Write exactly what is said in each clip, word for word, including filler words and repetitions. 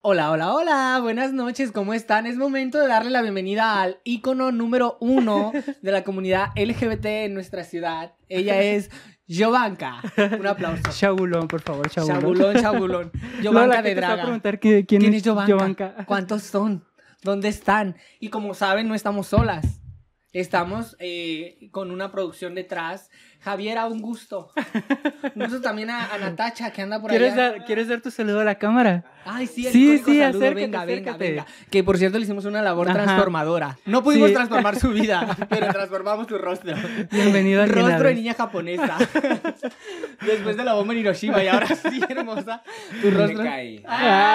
Hola, hola, hola, buenas noches, ¿cómo están? Es momento de darle la bienvenida al ícono número uno de la comunidad L G B T en nuestra ciudad. Ella es Jovanka. Un aplauso. Chabulón, por favor, Chabulón. Chabulón, Chabulón. Jovanka de Draga. Te a preguntar quién, quién, ¿Quién es es Jovanka? Jovanka. ¿Cuántos son? ¿Dónde están? Y como saben, no estamos solas. Estamos eh, con una producción detrás. Javiera, un gusto. Un gusto también a, a Natacha, que anda por ¿Quieres allá. Dar, ¿Quieres dar tu saludo a la cámara? Ay, sí, el Sí, icónico sí, saludo. acércate, venga, venga, acércate. venga. Que por cierto le hicimos una labor Ajá. transformadora. No pudimos Sí. transformar su vida, pero transformamos su rostro. Bienvenido al Rostro de Linares. niña japonesa. Después de la bomba en Hiroshima y ahora sí, hermosa. Tu rostro. Me caí.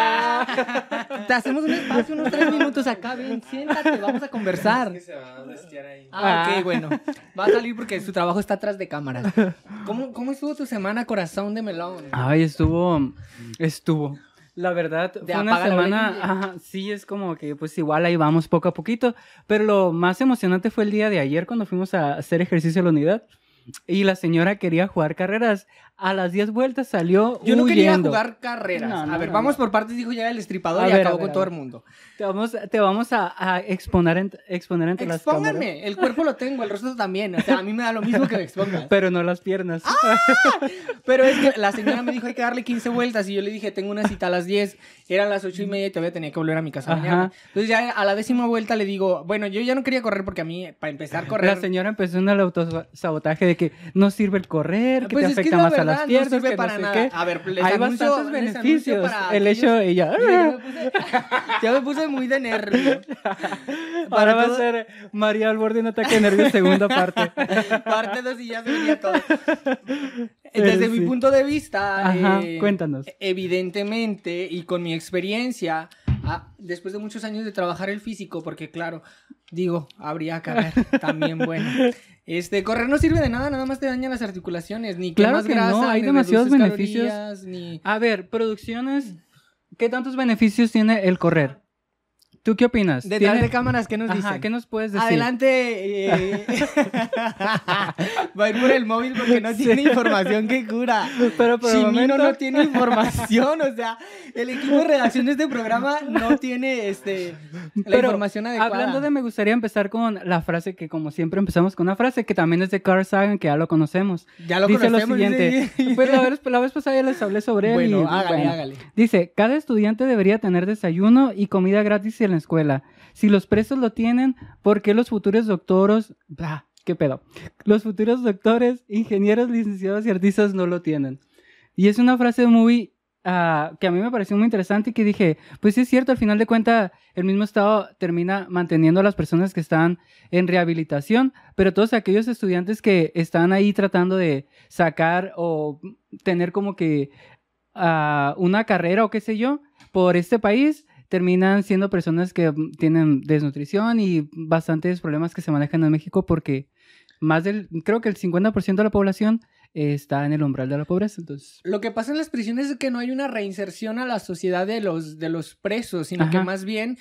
Ah. Te hacemos un espacio, unos tres minutos acá. Ven, siéntate, vamos a conversar. Es que se va a destear ahí. Ah, Ah. ok, bueno. Va a salir porque su trabajo está atrás de cámaras. ¿Cómo, cómo estuvo tu semana, corazón de melón? Ay, estuvo, estuvo. La verdad, De fue una apaga la semana, vainilla. ajá, sí, es como que pues igual ahí vamos poco a poquito, pero lo más emocionante fue el día de ayer cuando fuimos a hacer ejercicio a la unidad y la señora quería jugar carreras. A las diez vueltas salió Yo no quería huyendo. jugar carreras. No, no, a ver, no, vamos no. por partes, dijo ya el estripador A y ver, acabó a ver, con a todo ver. el mundo. Te vamos, te vamos a, a exponer, ent- exponer entre las cámaras. Expónganme, el cuerpo lo tengo, el rostro también. O sea, a mí me da lo mismo que me expongas. Pero no las piernas. Pero es que la señora me dijo hay que darle quince vueltas y yo le dije tengo una cita a las diez. Eran las ocho y media y todavía tenía que volver a mi casa Ajá. mañana. Entonces ya a la décima vuelta le digo, bueno, yo ya no quería correr porque a mí, para empezar a correr... La señora empezó en el autosabotaje de que no sirve el correr, que Pues te es que afecta es la más verdad, a las no piernas, sirve que para no sé nada. qué. A ver, les Hay anuncio- bastantes les anuncio beneficios. para El aquellos- hecho, ella... Mira, ya, me puse, ya me puse muy de nervio. Ahora Para va todo- a ser María al borde de un ataque de nervios, segunda parte. Parte dos y ya se venía todo. Desde mi sí. punto de vista, Ajá, eh, cuéntanos. evidentemente y con mi experiencia, ah, después de muchos años de trabajar el físico, porque claro, digo, habría que ver también bueno. Este, correr no sirve de nada, nada más te daña las articulaciones, ni Claro quemas que grasa, no, hay ni demasiados reduces beneficios. calorías, ni... A ver, producciones, ¿qué tantos beneficios tiene el correr? ¿Tú qué opinas? Detrás ¿Tiene- de cámaras, ¿qué nos Ajá, dicen? ¿qué nos puedes decir? Adelante. eh, Va a ir por el móvil porque no tiene información que cura. Pero por el Chimino momento- no tiene información, o sea, el equipo de redacción de este programa no tiene este, la Pero, información adecuada. hablando de, me gustaría empezar con la frase que, como siempre, empezamos con una frase que también es de Carl Sagan, que ya lo conocemos. Ya lo Dice conocemos, lo siguiente. dice- Pues la vez, la vez pasada ya les hablé sobre él. Bueno, y, hágale, bueno. hágale. Dice, cada estudiante debería tener desayuno y comida gratis en la escuela. Si los presos lo tienen, ¿por qué los futuros doctoros... Bah, ¿qué pedo? Los futuros doctores, ingenieros, licenciados y artistas no lo tienen. Y es una frase muy... ah, que a mí me pareció muy interesante y que dije, pues sí es cierto, al final de cuentas el mismo Estado termina manteniendo a las personas que están en rehabilitación, pero todos aquellos estudiantes que están ahí tratando de sacar o tener como que ah, una carrera o qué sé yo por este país, terminan siendo personas que mm, tienen desnutrición y bastantes problemas que se manejan en México porque más del, creo que el cincuenta por ciento de la población eh, está en el umbral de la pobreza, entonces... Lo que pasa en las prisiones es que no hay una reinserción a la sociedad de los, de los presos, sino que Ajá. más bien,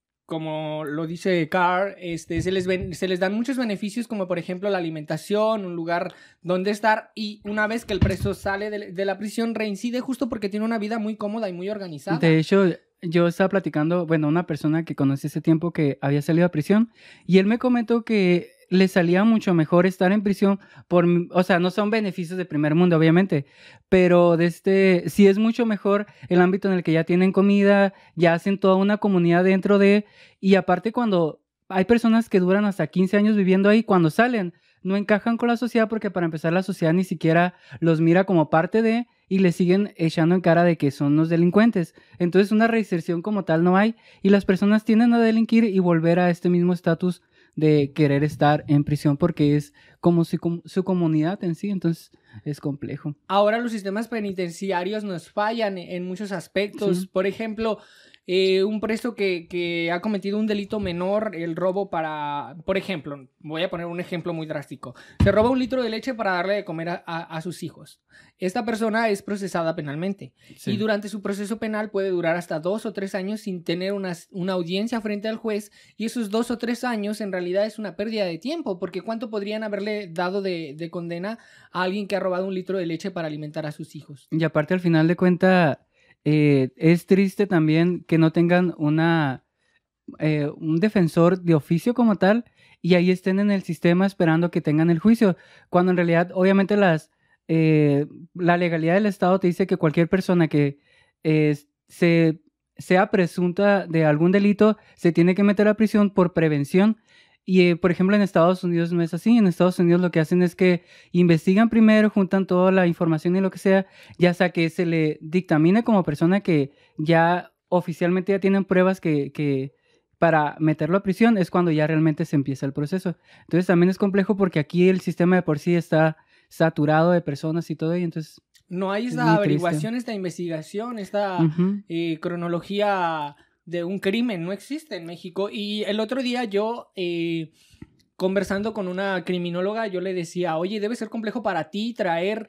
como lo dice Carr, este, se, les ven- se les dan muchos beneficios como por ejemplo la alimentación, un lugar donde estar y una vez que el preso sale de, de la prisión reincide justo porque tiene una vida muy cómoda y muy organizada. De hecho, yo estaba platicando, bueno, una persona que conocí hace tiempo que había salido a prisión y él me comentó que le salía mucho mejor estar en prisión por, o sea, no son beneficios de primer mundo, obviamente, pero de este, sí es mucho mejor el ámbito en el que ya tienen comida, ya hacen toda una comunidad dentro de, y aparte cuando hay personas que duran hasta quince años viviendo ahí, cuando salen, no encajan con la sociedad porque para empezar la sociedad ni siquiera los mira como parte de y le siguen echando en cara de que son los delincuentes. Entonces una reinserción como tal no hay y las personas tienden a delinquir y volver a este mismo estatus de querer estar en prisión porque es como su, com- su comunidad en sí, entonces es complejo. Ahora los sistemas penitenciarios nos fallan en muchos aspectos. Sí. Por ejemplo, eh, un preso que, que ha cometido un delito menor, el robo para... Por ejemplo, voy a poner un ejemplo muy drástico. Se roba un litro de leche para darle de comer a, a- a sus hijos. Esta persona es procesada penalmente. Sí. Y durante su proceso penal puede durar hasta dos o tres años sin tener una, una audiencia frente al juez. Y esos dos o tres años en realidad es una pérdida de tiempo. Porque ¿cuánto podrían haberle dado de, de condena a alguien que ha robado un litro de leche para alimentar a sus hijos? Y aparte al final de cuenta eh, es triste también que no tengan una, eh, un defensor de oficio como tal y ahí estén en el sistema esperando que tengan el juicio, cuando en realidad obviamente las, eh, la legalidad del Estado te dice que cualquier persona que eh, se, sea presunta de algún delito se tiene que meter a prisión por prevención. Y, eh, por ejemplo, en Estados Unidos no es así. En Estados Unidos lo que hacen es que investigan primero, juntan toda la información y lo que sea, ya sea que se le dictamine como persona que ya oficialmente ya tienen pruebas que, que para meterlo a prisión es cuando ya realmente se empieza el proceso. Entonces también es complejo porque aquí el sistema de por sí está saturado de personas y todo, y entonces no hay es esta muy averiguación, triste. esta investigación, esta Ujú. eh, cronología de un crimen, no existe en México. Y el otro día yo, eh, conversando con una criminóloga, yo le decía, oye, debe ser complejo para ti traer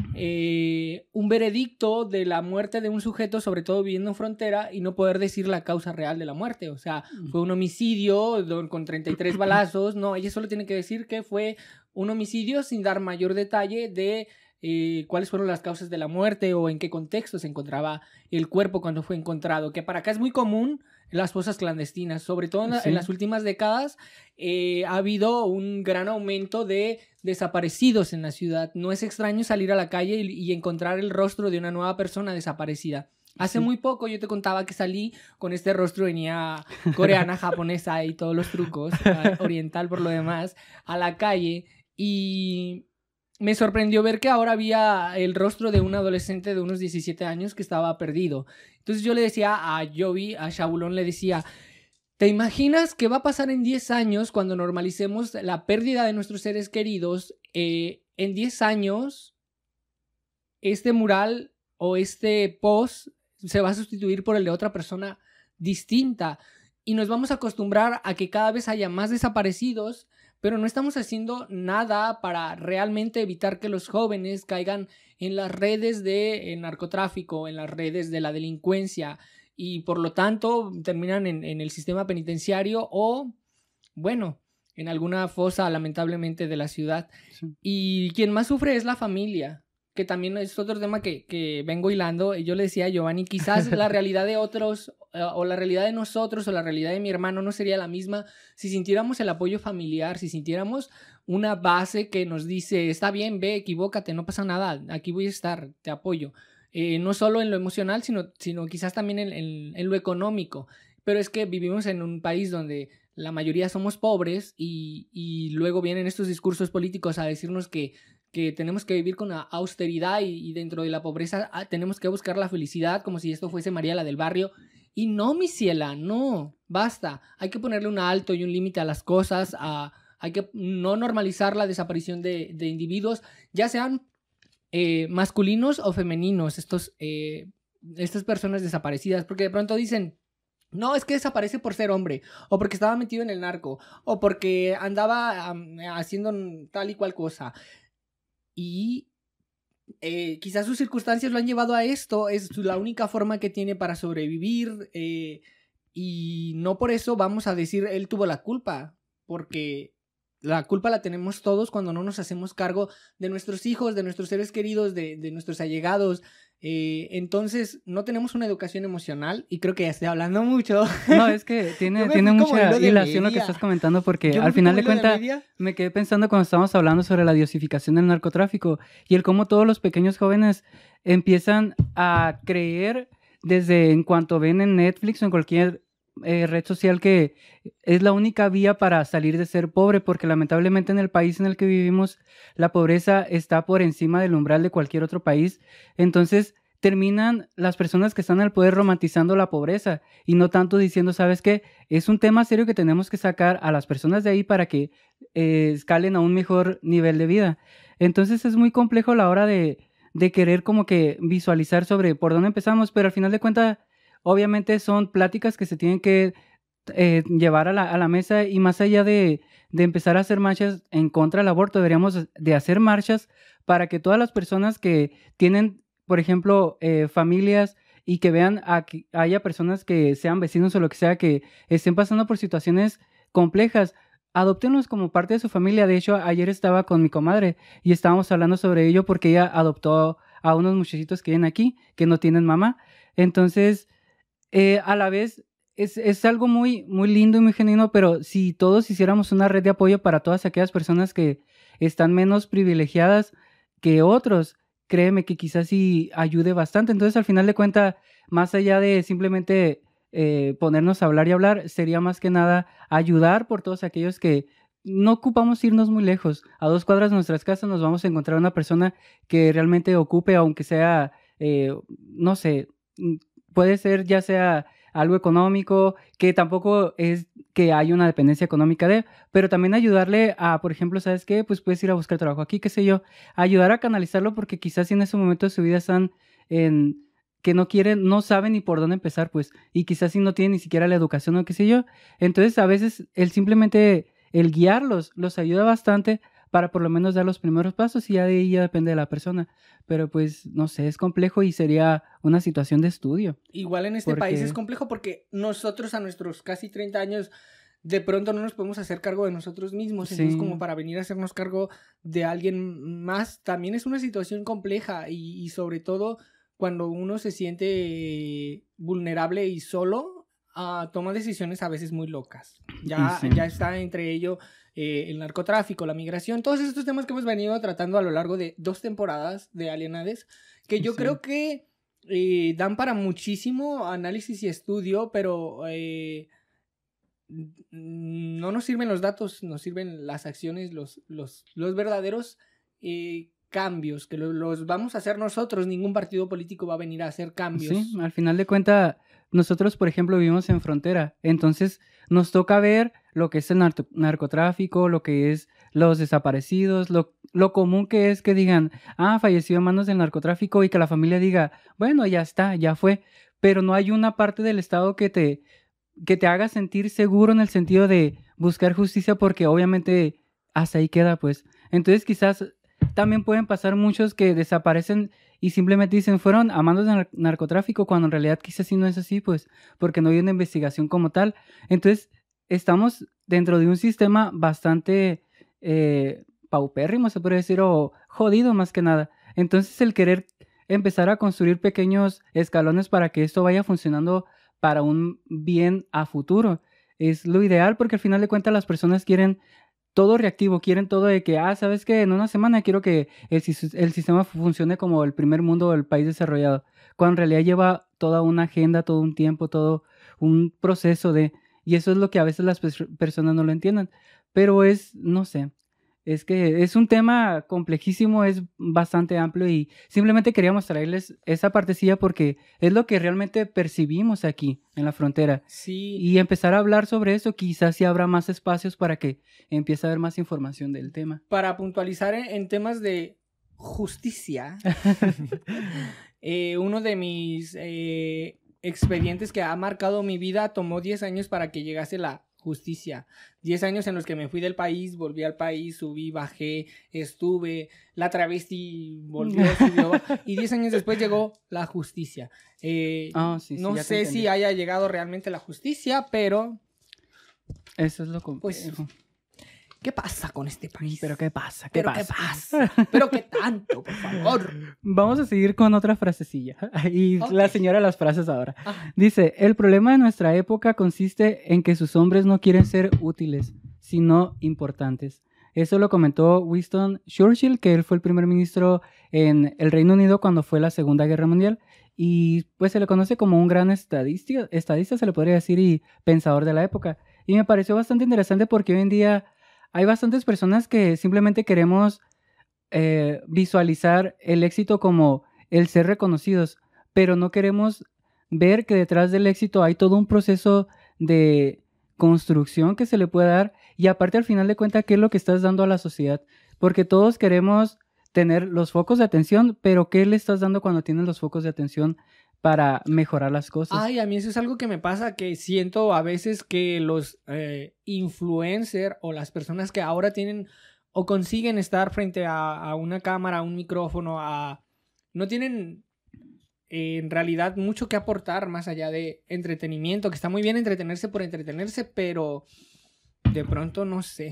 eh, un veredicto de la muerte de un sujeto, sobre todo viviendo en frontera, y no poder decir la causa real de la muerte. O sea, fue un homicidio con treinta y tres balazos. No, ella solo tiene que decir que fue un homicidio sin dar mayor detalle de eh, cuáles fueron las causas de la muerte o en qué contexto se encontraba el cuerpo cuando fue encontrado, que para acá es muy común las fosas clandestinas, sobre todo en, la, Sí. en las últimas décadas eh, ha habido un gran aumento de desaparecidos en la ciudad. No es extraño salir a la calle y, y encontrar el rostro de una nueva persona desaparecida. Hace Sí. muy poco yo te contaba que salí con este rostro, venía coreana, japonesa y todos los trucos, uh, oriental por lo demás, a la calle, y me sorprendió ver que ahora había el rostro de un adolescente de unos diecisiete años que estaba perdido. Entonces yo le decía a Jovi, a Shabulón, le decía, ¿te imaginas qué va a pasar en diez años cuando normalicemos la pérdida de nuestros seres queridos? Eh, en diez años, este mural o este post se va a sustituir por el de otra persona distinta y nos vamos a acostumbrar a que cada vez haya más desaparecidos, pero no estamos haciendo nada para realmente evitar que los jóvenes caigan en las redes de el narcotráfico, en las redes de la delincuencia, y por lo tanto terminan en, en el sistema penitenciario o, bueno, en alguna fosa lamentablemente de la ciudad. Sí. Y quien más sufre es la familia, que también es otro tema que, que vengo hilando. Yo le decía a Giovanni, quizás la realidad de otros uh, o la realidad de nosotros o la realidad de mi hermano no sería la misma si sintiéramos el apoyo familiar, si sintiéramos una base que nos dice, está bien, ve, equivócate, no pasa nada, aquí voy a estar, te apoyo. Eh, no solo en lo emocional, sino, sino quizás también en, en, en lo económico. Pero es que vivimos en un país donde la mayoría somos pobres y, y luego vienen estos discursos políticos a decirnos que, que tenemos que vivir con austeridad y, y dentro de la pobreza ah, tenemos que buscar la felicidad como si esto fuese María la del barrio. Y no, mi ciela, no, basta. Hay que ponerle un alto y un límite a las cosas, a, hay que no normalizar la desaparición de, de individuos, ya sean Eh, masculinos o femeninos, estos, eh, estas personas desaparecidas, porque de pronto dicen, no, es que desaparece por ser hombre, o porque estaba metido en el narco, o porque andaba um, haciendo tal y cual cosa, y eh, quizás sus circunstancias lo han llevado a esto, es la única forma que tiene para sobrevivir, eh, y no por eso vamos a decir, él tuvo la culpa, porque la culpa la tenemos todos cuando no nos hacemos cargo de nuestros hijos, de nuestros seres queridos, de, de nuestros allegados. Eh, entonces, no tenemos una educación emocional y creo que ya estoy hablando mucho. No, es que tiene, tiene mucha hilación lo que estás comentando porque Yo al final de cuentas de me quedé pensando cuando estábamos hablando sobre la diosificación del narcotráfico y el cómo todos los pequeños jóvenes empiezan a creer desde en cuanto ven en Netflix o en cualquier Eh, red social que es la única vía para salir de ser pobre, porque lamentablemente en el país en el que vivimos la pobreza está por encima del umbral de cualquier otro país. Entonces terminan las personas que están al poder romantizando la pobreza y no tanto diciendo, ¿sabes qué? Es un tema serio que tenemos que sacar a las personas de ahí para que eh, escalen a un mejor nivel de vida. Entonces es muy complejo a la hora de, de querer como que visualizar sobre por dónde empezamos, pero al final de cuentas obviamente son pláticas que se tienen que eh, llevar a la, a la mesa y más allá de, de empezar a hacer marchas en contra del aborto, deberíamos de hacer marchas para que todas las personas que tienen, por ejemplo, eh, familias y que vean a que haya personas que sean vecinos o lo que sea, que estén pasando por situaciones complejas, adóptenlos como parte de su familia. De hecho, ayer estaba con mi comadre y estábamos hablando sobre ello porque ella adoptó a unos muchachitos que vienen aquí, que no tienen mamá. Entonces, eh, a la vez, es, es algo muy, muy lindo y muy genuino, pero si todos hiciéramos una red de apoyo para todas aquellas personas que están menos privilegiadas que otros, créeme que quizás sí ayude bastante. Entonces, al final de cuentas, más allá de simplemente eh, ponernos a hablar y hablar, sería más que nada ayudar por todos aquellos que no ocupamos irnos muy lejos. A dos cuadras de nuestras casas nos vamos a encontrar una persona que realmente ocupe, aunque sea, eh, no sé, puede ser ya sea algo económico, que tampoco es que haya una dependencia económica de, pero también ayudarle a, por ejemplo, ¿sabes qué? Pues puedes ir a buscar trabajo aquí, qué sé yo, ayudar a canalizarlo porque quizás si en ese momento de su vida están en que no quieren, no saben ni por dónde empezar, pues, y quizás si no tienen ni siquiera la educación o qué sé yo. Entonces, a veces, el simplemente, el guiarlos, los ayuda bastante para por lo menos dar los primeros pasos y ya de ahí ya depende de la persona. Pero pues, no sé, es complejo y sería una situación de estudio. Igual en este Porque- país es complejo porque nosotros a nuestros casi treinta años de pronto no nos podemos hacer cargo de nosotros mismos. Entonces, Sí. como para venir a hacernos cargo de alguien más, también es una situación compleja y, y sobre todo cuando uno se siente eh, vulnerable y solo, ah, toma decisiones a veces muy locas. Ya, Sí. ya está entre ello eh, el narcotráfico, la migración, todos estos temas que hemos venido tratando a lo largo de dos temporadas de Alienades, que yo Sí. creo que eh, dan para muchísimo análisis y estudio, pero eh, no nos sirven los datos, nos sirven las acciones, los, los, los verdaderos eh, cambios, que lo, los vamos a hacer nosotros, ningún partido político va a venir a hacer cambios. Sí, al final de cuentas, nosotros, por ejemplo, vivimos en frontera, entonces nos toca ver lo que es el narco- narcotráfico, lo que es los desaparecidos, lo, lo común que es que digan, ah, falleció en manos del narcotráfico y que la familia diga, bueno, ya está, ya fue, pero no hay una parte del Estado que te, que te haga sentir seguro en el sentido de buscar justicia porque obviamente hasta ahí queda, pues. Entonces quizás también pueden pasar muchos que desaparecen y simplemente dicen fueron a manos del nar- narcotráfico cuando en realidad quizás sí no es así, pues, porque no hay una investigación como tal. Entonces, estamos dentro de un sistema bastante eh, paupérrimo, se puede decir, o jodido más que nada. Entonces, el querer empezar a construir pequeños escalones para que esto vaya funcionando para un bien a futuro es lo ideal porque al final de cuentas las personas quieren todo reactivo, quieren todo de que, ah, ¿sabes qué? En una semana quiero que el, sis- el sistema funcione como el primer mundo o el país desarrollado, cuando en realidad lleva toda una agenda, todo un tiempo, todo un proceso de... Y eso es lo que a veces las pers- personas no lo entienden. Pero es, no sé, es que es un tema complejísimo, es bastante amplio y simplemente queríamos traerles esa partecilla porque es lo que realmente percibimos aquí en la frontera. Sí, Y empezar a hablar sobre eso, quizás sí habrá más espacios para que empiece a haber más información del tema. para puntualizar en, en temas de justicia, eh, uno de mis eh, expedientes que ha marcado mi vida tomó diez años para que llegase la justicia. diez años en los que me fui del país, volví al país, subí, bajé, estuve, la travesti volvió, subió, y diez años después llegó la justicia. Eh, Ah, sí, sí, no ya te sé entendí. si haya llegado realmente la justicia, pero Eso es lo pues, complejo. ¿qué pasa con este país? Pero ¿qué pasa? ¿Qué ¿Pero pasa? qué pasa? ¿Pero qué tanto, por favor? Vamos a seguir con otra frasecilla. Y Ok. la señora de las frases ahora. Ah, Dice, el problema de nuestra época consiste en que sus hombres no quieren ser útiles, sino importantes. Eso lo comentó Winston Churchill, que él fue el primer ministro en el Reino Unido cuando fue la Segunda Guerra Mundial. Y pues se le conoce como un gran estadista, estadista, se le podría decir, y pensador de la época. Y me pareció bastante interesante porque hoy en día hay bastantes personas que simplemente queremos eh, visualizar el éxito como el ser reconocidos, pero no queremos ver que detrás del éxito hay todo un proceso de construcción que se le puede dar y aparte al final de cuentas qué es lo que estás dando a la sociedad, porque todos queremos tener los focos de atención, pero ¿qué le estás dando cuando tienes los focos de atención para mejorar las cosas? ay, a mí eso es algo que me pasa, que siento a veces que los eh, influencers o las personas que ahora tienen o consiguen estar frente a, a una cámara, a un micrófono, a no tienen eh, en realidad mucho que aportar más allá de entretenimiento, que está muy bien entretenerse por entretenerse, pero de pronto no sé.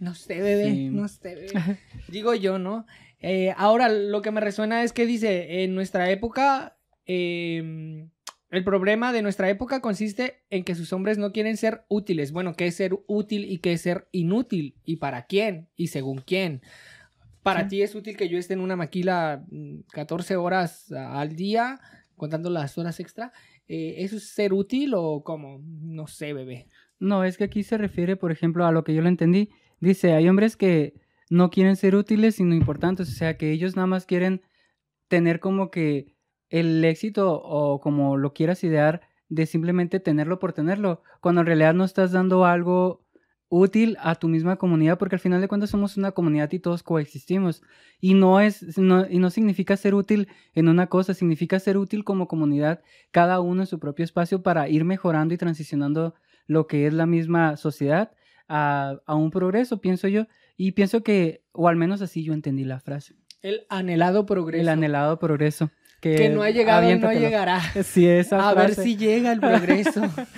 No sé, bebé, Sí. no sé, bebé. Digo yo, ¿no? Eh, ahora, lo que me resuena es que dice, en nuestra época, eh, el problema de nuestra época consiste en que sus hombres no quieren ser útiles. Bueno, ¿qué es ser útil y qué es ser inútil? ¿Y para quién? ¿Y según quién? Para Sí. ti es útil que yo esté en una maquila mm, catorce horas a- al día, contando las horas extra. Eh, ¿eso es ser útil o cómo? No sé, bebé. No, es que aquí se refiere, por ejemplo, a lo que yo lo entendí. Dice, hay hombres que no quieren ser útiles sino importantes, o sea, que ellos nada más quieren tener como que el éxito o como lo quieras idear de simplemente tenerlo por tenerlo, cuando en realidad no estás dando algo útil a tu misma comunidad, porque al final de cuentas somos una comunidad y todos coexistimos. Y no es, no, y no significa ser útil en una cosa, significa ser útil como comunidad, cada uno en su propio espacio para ir mejorando y transicionando lo que es la misma sociedad a, a un progreso, pienso yo. Y pienso que, o al menos así yo entendí la frase. El anhelado progreso. El anhelado progreso. Que, Que no ha llegado y no aviéntatelo. llegará. Sí, esa A ver frase. si llega el progreso.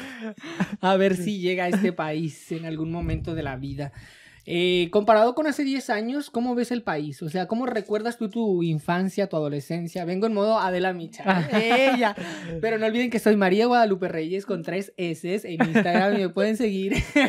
A ver si llega a este país en algún momento de la vida. Eh, comparado con hace diez años, ¿cómo ves el país? O sea, ¿cómo recuerdas tú tu infancia, tu adolescencia? Vengo en modo Adela Micha. Ella. Pero no olviden que soy María Guadalupe Reyes con tres S en Instagram y me pueden seguir.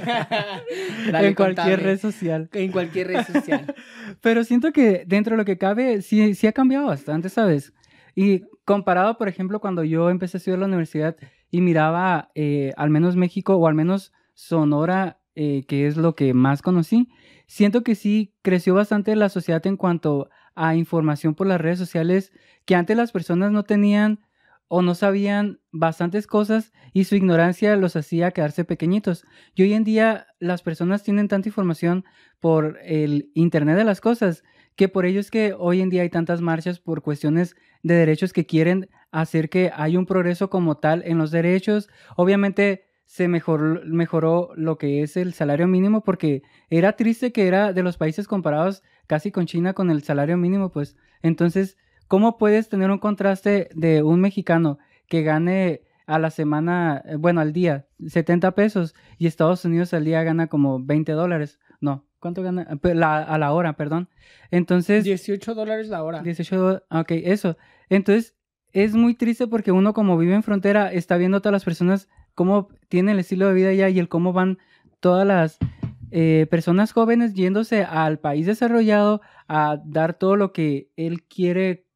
Dale, en cualquier contame. red social. En cualquier red social. Pero siento que dentro de lo que cabe, sí, sí ha cambiado bastante, ¿sabes? Y comparado, por ejemplo, cuando yo empecé a estudiar en la universidad y miraba eh, al menos México o al menos Sonora, eh, que es lo que más conocí, siento que sí creció bastante la sociedad en cuanto a información por las redes sociales, que antes las personas no tenían o no sabían bastantes cosas y su ignorancia los hacía quedarse pequeñitos. Y hoy en día las personas tienen tanta información por el Internet de las cosas, que por ello es que hoy en día hay tantas marchas por cuestiones de derechos que quieren hacer que haya un progreso como tal en los derechos. Obviamente se mejoró, mejoró lo que es el salario mínimo, porque era triste que era de los países comparados casi con China con el salario mínimo, pues. Entonces, ¿cómo puedes tener un contraste de un mexicano que gane a la semana, eh, bueno, al día, setenta pesos y Estados Unidos al día gana como veinte dólares? No, ¿cuánto gana? Pe- la- a la hora, perdón. Entonces, dieciocho dólares la hora. dieciocho do- ok, eso. Entonces, es muy triste porque uno como vive en frontera está viendo a todas las personas cómo tienen el estilo de vida allá y el cómo van todas las eh, personas jóvenes yéndose al país desarrollado a dar todo lo que él quiere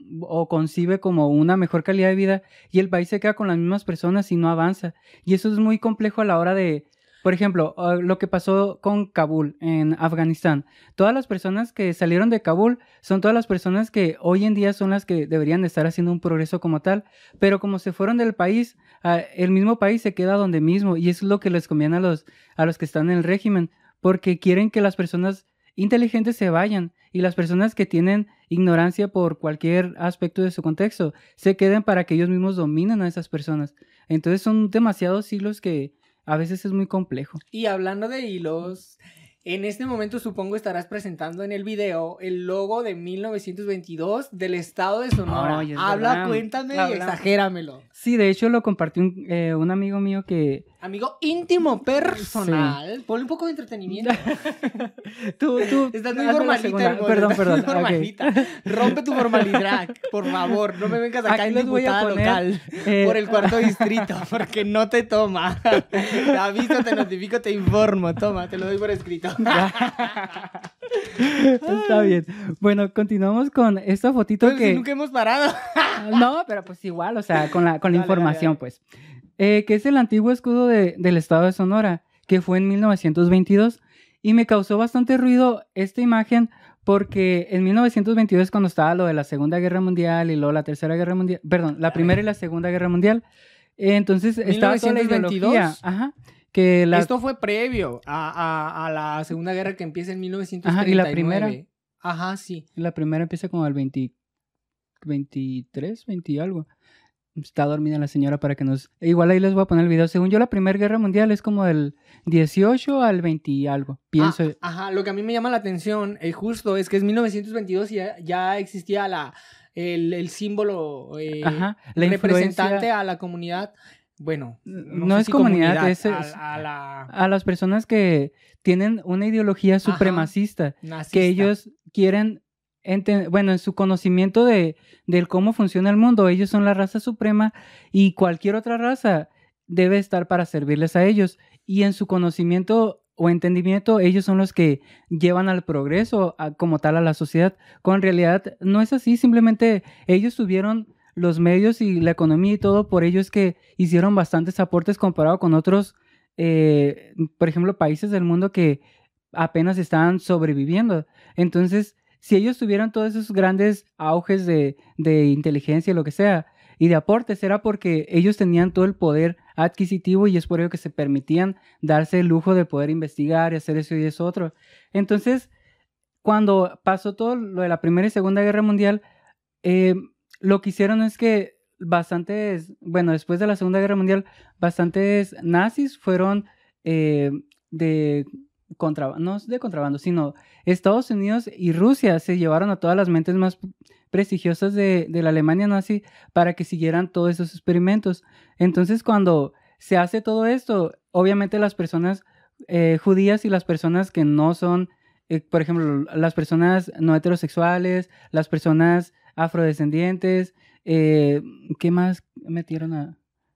o concibe como una mejor calidad de vida, y el país se queda con las mismas personas y no avanza. Y eso es muy complejo a la hora de, por ejemplo, uh, lo que pasó con Kabul en Afganistán. Todas las personas que salieron de Kabul son todas las personas que hoy en día son las que deberían estar haciendo un progreso como tal, pero como se fueron del país, uh, el mismo país se queda donde mismo, y eso es lo que les conviene a los, a los que están en el régimen, porque quieren que las personas inteligentes se vayan y las personas que tienen ignorancia por cualquier aspecto de su contexto se queden para que ellos mismos dominen a esas personas. Entonces son demasiados hilos que a veces es muy complejo. Y hablando de hilos, en este momento supongo estarás presentando en el video el logo de mil novecientos veintidós del estado de Sonora. Ay, es Habla, verdad. cuéntame y Habla. exagéramelo. Sí, de hecho lo compartió un, eh, un amigo mío que... Amigo íntimo personal. Ponle un poco de entretenimiento. tú, tú... Estás muy hazme la formalita, segunda. hermano. Perdón, Estás perdón. muy formalita. Ok. Rompe tu formalidad, por favor. No me vengas acá Aquí en les voy a diputada poner, local eh, por el cuarto distrito, porque no te toma. Te aviso, te notifico, te informo. Toma, te lo doy por escrito. Está bien. Bueno, continuamos con esta fotito Entonces, que... si nunca hemos parado. No, pero pues igual, o sea, con la, con la Dale, información, dale, dale. pues. Eh, que es el antiguo escudo de- del estado de Sonora, que fue en mil novecientos veintidós. Y me causó bastante ruido esta imagen porque en mil novecientos veintidós, cuando estaba lo de la Segunda Guerra Mundial y luego la Tercera Guerra Mundial, perdón, la Primera y la Segunda Guerra Mundial, eh, entonces estaba toda la ¿mil novecientos veintidós? ideología. Ajá. Que la, Esto fue previo a, a, a la Segunda Guerra que empieza en mil novecientos treinta y nueve. Ajá, ¿y la primera? Ajá, sí. la primera empieza como al veinte, veintitrés, veinte y algo. Está dormida la señora para que nos... Igual ahí les voy a poner el video. Según yo, la Primera Guerra Mundial es como del dieciocho al veinte y algo. Pienso... Ah, ajá, lo que a mí me llama la atención, eh, justo, es que es mil novecientos veintidós y ya, ya existía la, el, el símbolo eh, Ajá, la representante influencia... a la comunidad bueno, no, no sé es si comunidad, comunidad, es, es a, a la a las personas que tienen una ideología Ajá, supremacista, nazista. que ellos quieren, enten- bueno, en su conocimiento de del cómo funciona el mundo, ellos son la raza suprema y cualquier otra raza debe estar para servirles a ellos. Y en su conocimiento o entendimiento, ellos son los que llevan al progreso a- como tal a la sociedad. Cuando en realidad no es así, simplemente ellos tuvieron los medios y la economía y todo, por ello es que hicieron bastantes aportes comparado con otros, eh, por ejemplo, países del mundo que apenas estaban sobreviviendo. Entonces, si ellos tuvieran todos esos grandes auges de, de inteligencia, lo que sea, y de aportes, era porque ellos tenían todo el poder adquisitivo y es por ello que se permitían darse el lujo de poder investigar y hacer eso y eso otro. Entonces, cuando pasó todo lo de la Primera y Segunda Guerra Mundial, eh, lo que hicieron es que bastantes, bueno, después de la Segunda Guerra Mundial, bastantes nazis fueron eh, de contrabando, no de contrabando, sino Estados Unidos y Rusia se llevaron a todas las mentes más prestigiosas de, de la Alemania nazi para que siguieran todos esos experimentos. Entonces, cuando se hace todo esto, obviamente las personas eh, judías y las personas que no son, eh, por ejemplo, las personas no heterosexuales, las personas afrodescendientes, eh, ¿qué más metieron a,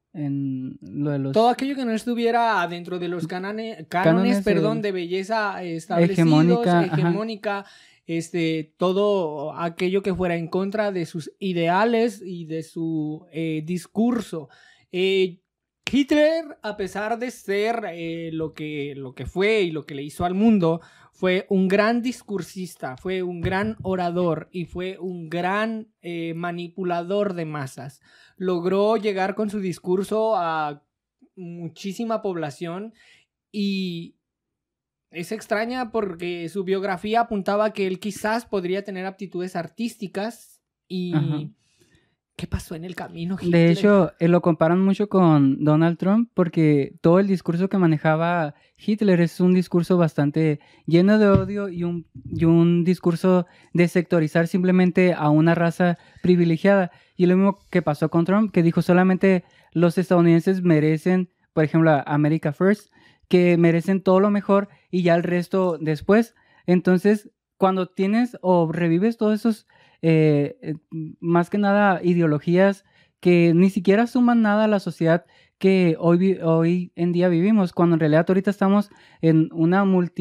en lo de los... Todo aquello que no estuviera dentro de los canane, cánones, cánones perdón, de, de belleza establecidos, hegemónica, hegemónica ajá. este, todo aquello que fuera en contra de sus ideales y de su eh, discurso. Eh, Hitler, a pesar de ser eh, lo, que, lo que fue y lo que le hizo al mundo, fue un gran discursista, fue un gran orador y fue un gran eh, manipulador de masas. Logró llegar con su discurso a muchísima población y es extraña porque su biografía apuntaba que él quizás podría tener aptitudes artísticas y... Ajá. ¿Qué pasó en el camino, Hitler? De hecho, eh, lo comparan mucho con Donald Trump porque todo el discurso que manejaba Hitler es un discurso bastante lleno de odio y un, y un discurso de sectorizar simplemente a una raza privilegiada. Y lo mismo que pasó con Trump, que dijo solamente los estadounidenses merecen, por ejemplo, America First, que merecen todo lo mejor y ya el resto después. Entonces, cuando tienes o revives todos esos... Eh, más que nada ideologías que ni siquiera suman nada a la sociedad que hoy, hoy en día vivimos, cuando en realidad ahorita estamos en una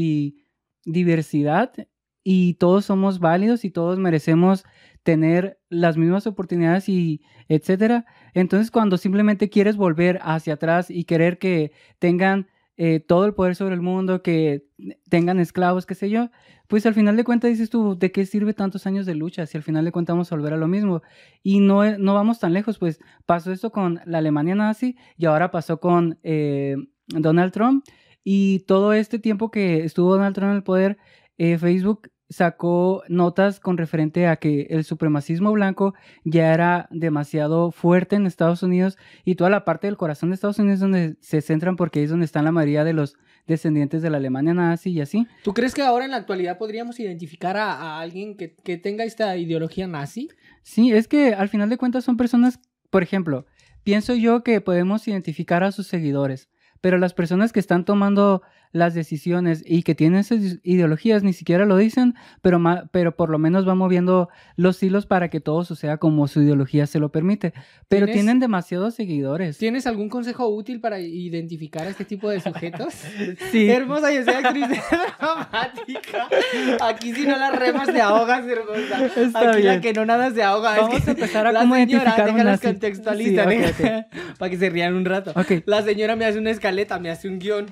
multidiversidad y todos somos válidos y todos merecemos tener las mismas oportunidades y etcétera. Entonces, cuando simplemente quieres volver hacia atrás y querer que tengan eh, todo el poder sobre el mundo, que tengan esclavos, qué sé yo, pues al final de cuentas dices tú, ¿de qué sirve tantos años de lucha si al final de cuentas vamos a volver a lo mismo? Y no, no vamos tan lejos, pues pasó esto con la Alemania nazi y ahora pasó con eh, Donald Trump y todo este tiempo que estuvo Donald Trump en el poder, eh, Facebook sacó notas con referente a que el supremacismo blanco ya era demasiado fuerte en Estados Unidos y toda la parte del corazón de Estados Unidos donde se centran porque es donde están la mayoría de los descendientes de la Alemania nazi y así. ¿Tú crees que ahora en la actualidad podríamos identificar a, a alguien que, que tenga esta ideología nazi? Sí, es que al final de cuentas son personas, por ejemplo, pienso yo que podemos identificar a sus seguidores, pero las personas que están tomando las decisiones y que tienen esas ideologías ni siquiera lo dicen, pero, ma- pero por lo menos van moviendo los hilos para que todo suceda como su ideología se lo permite. Pero ¿Tienes, tienen demasiados seguidores. ¿Tienes algún consejo útil para identificar a este tipo de sujetos? Sí. Hermosa, yo soy actriz dramática. Aquí si no las remas te ahogas, hermosa. Está Aquí bien. la que no nadas se ahoga. Vamos es que a empezar a la cómo señora, identificar un déjalas nazi. contextualizar, Sí, ¿eh? ok, Para que se rían un rato. Ok. La señora me hace una escaleta, me hace un guión.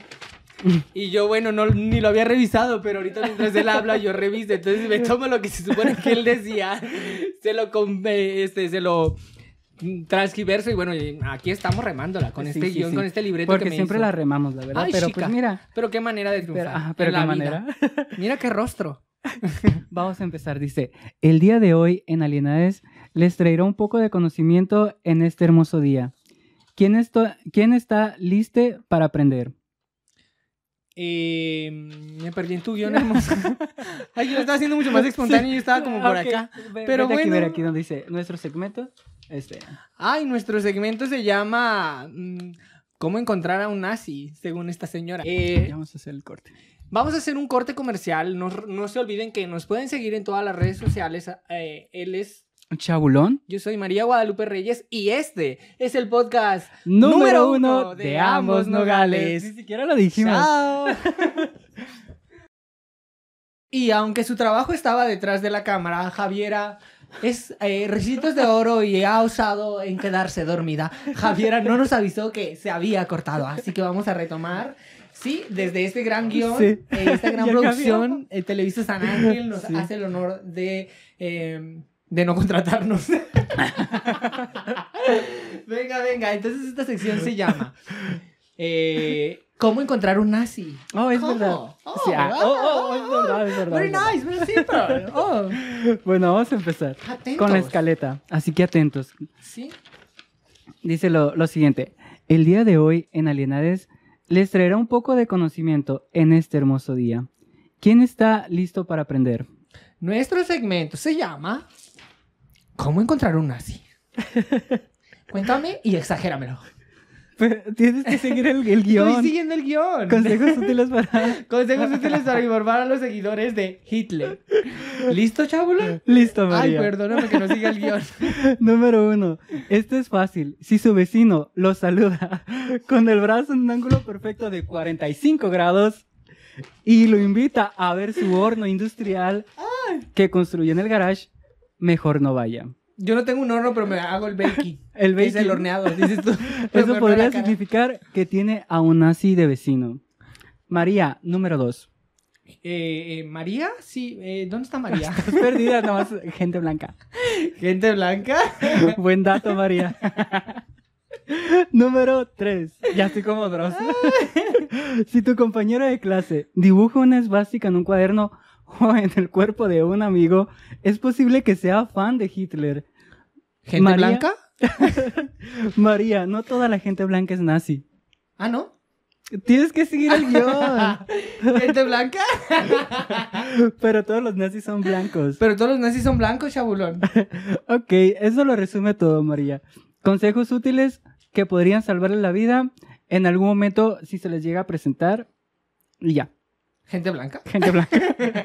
Y yo, bueno, no, ni lo había revisado, pero ahorita mientras él habla, yo reviso. Entonces me tomo lo que se supone que él decía, se lo, com- eh, este, se lo transgiverso y bueno, aquí estamos remándola con Sí, este sí, guión, sí. con este libreto Porque que me siempre hizo. la remamos, la verdad. Ay, pero chica, pues mira. pero qué manera de triunfar. Pero, ajá, pero en qué la manera. vida. Mira qué rostro. Vamos a empezar. Dice, el día de hoy en Alienades les traerá un poco de conocimiento en este hermoso día. ¿Quién, esto- ¿quién está listo para aprender? Eh, me perdí en tu guión, hermoso. Ay, yo lo estaba haciendo mucho más espontáneo y yo estaba como por Ok, acá. ve- Pero vete aquí, bueno. ver aquí donde dice nuestro segmento. Este. Ay, nuestro segmento se llama mm, ¿Cómo encontrar a un nazi? Según esta señora. Eh, Ya vamos a hacer el corte. Vamos a hacer un corte comercial. No, no se olviden que nos pueden seguir en todas las redes sociales. Eh, él es... Chabulón. Yo soy María Guadalupe Reyes y este es el podcast Número, número uno uno de, ambos nogales. Ni siquiera lo dijimos. Chao. Y aunque su trabajo estaba detrás de la cámara, Javiera es eh, Ricitos de Oro y ha osado en quedarse dormida. Javiera no nos avisó que se había cortado, así que vamos a retomar. Sí, desde este gran guión, Sí. eh, esta gran Ya producción, eh, Televisa San Ángel nos Sí. hace el honor de, eh, de no contratarnos. Venga, venga, entonces esta sección se llama eh, ¿Cómo encontrar un nazi? Oh, es ¿Cómo? verdad. Oh, Sí, ah, wow. oh, oh, es verdad, es verdad. Very es verdad. nice, very simple. Oh. Bueno, vamos a empezar Atentos. con la escaleta. Así que atentos. Sí. Dice lo, lo siguiente. El día de hoy en Alienades les traerá un poco de conocimiento en este hermoso día. ¿Quién está listo para aprender? Nuestro segmento se llama ¿Cómo encontrar un nazi? Cuéntame y exagéramelo. Pero tienes que seguir el, el guión. Estoy siguiendo el guión. Consejos útiles para... Consejos útiles para informar a los seguidores de Hitler. ¿Listo, chabulo? Listo, Ay, María. perdóname que no siga el guión. Número uno. Esto es fácil. Si su vecino lo saluda con el brazo en un ángulo perfecto de cuarenta y cinco grados y lo invita a ver su horno industrial que construyó en el garage, mejor no vaya. Yo no tengo un horno, pero me hago el baking. El Que es el baking. horneado, dices tú. Pero Eso me podría la cara. significar que tiene a un nazi de vecino. María, número dos. Eh, eh, ¿María? Sí. Eh, ¿Dónde está María? Estás perdida, nomás gente blanca. ¿Gente blanca? Buen dato, María. Número tres. Ya estoy como Dross. Si tu compañero de clase dibuja una esvástica en un cuaderno o en el cuerpo de un amigo, es posible que sea fan de Hitler. ¿Gente María- blanca? María, no toda la gente blanca es nazi. Ah, ¿no? Tienes que seguir el guión. ¿Gente blanca? Pero todos los nazis son blancos. Pero todos los nazis son blancos, chabulón. Ok, eso lo resume todo, María. Consejos útiles que podrían salvarle la vida en algún momento si se les llega a presentar. Y ya, ¿Gente blanca? gente blanca.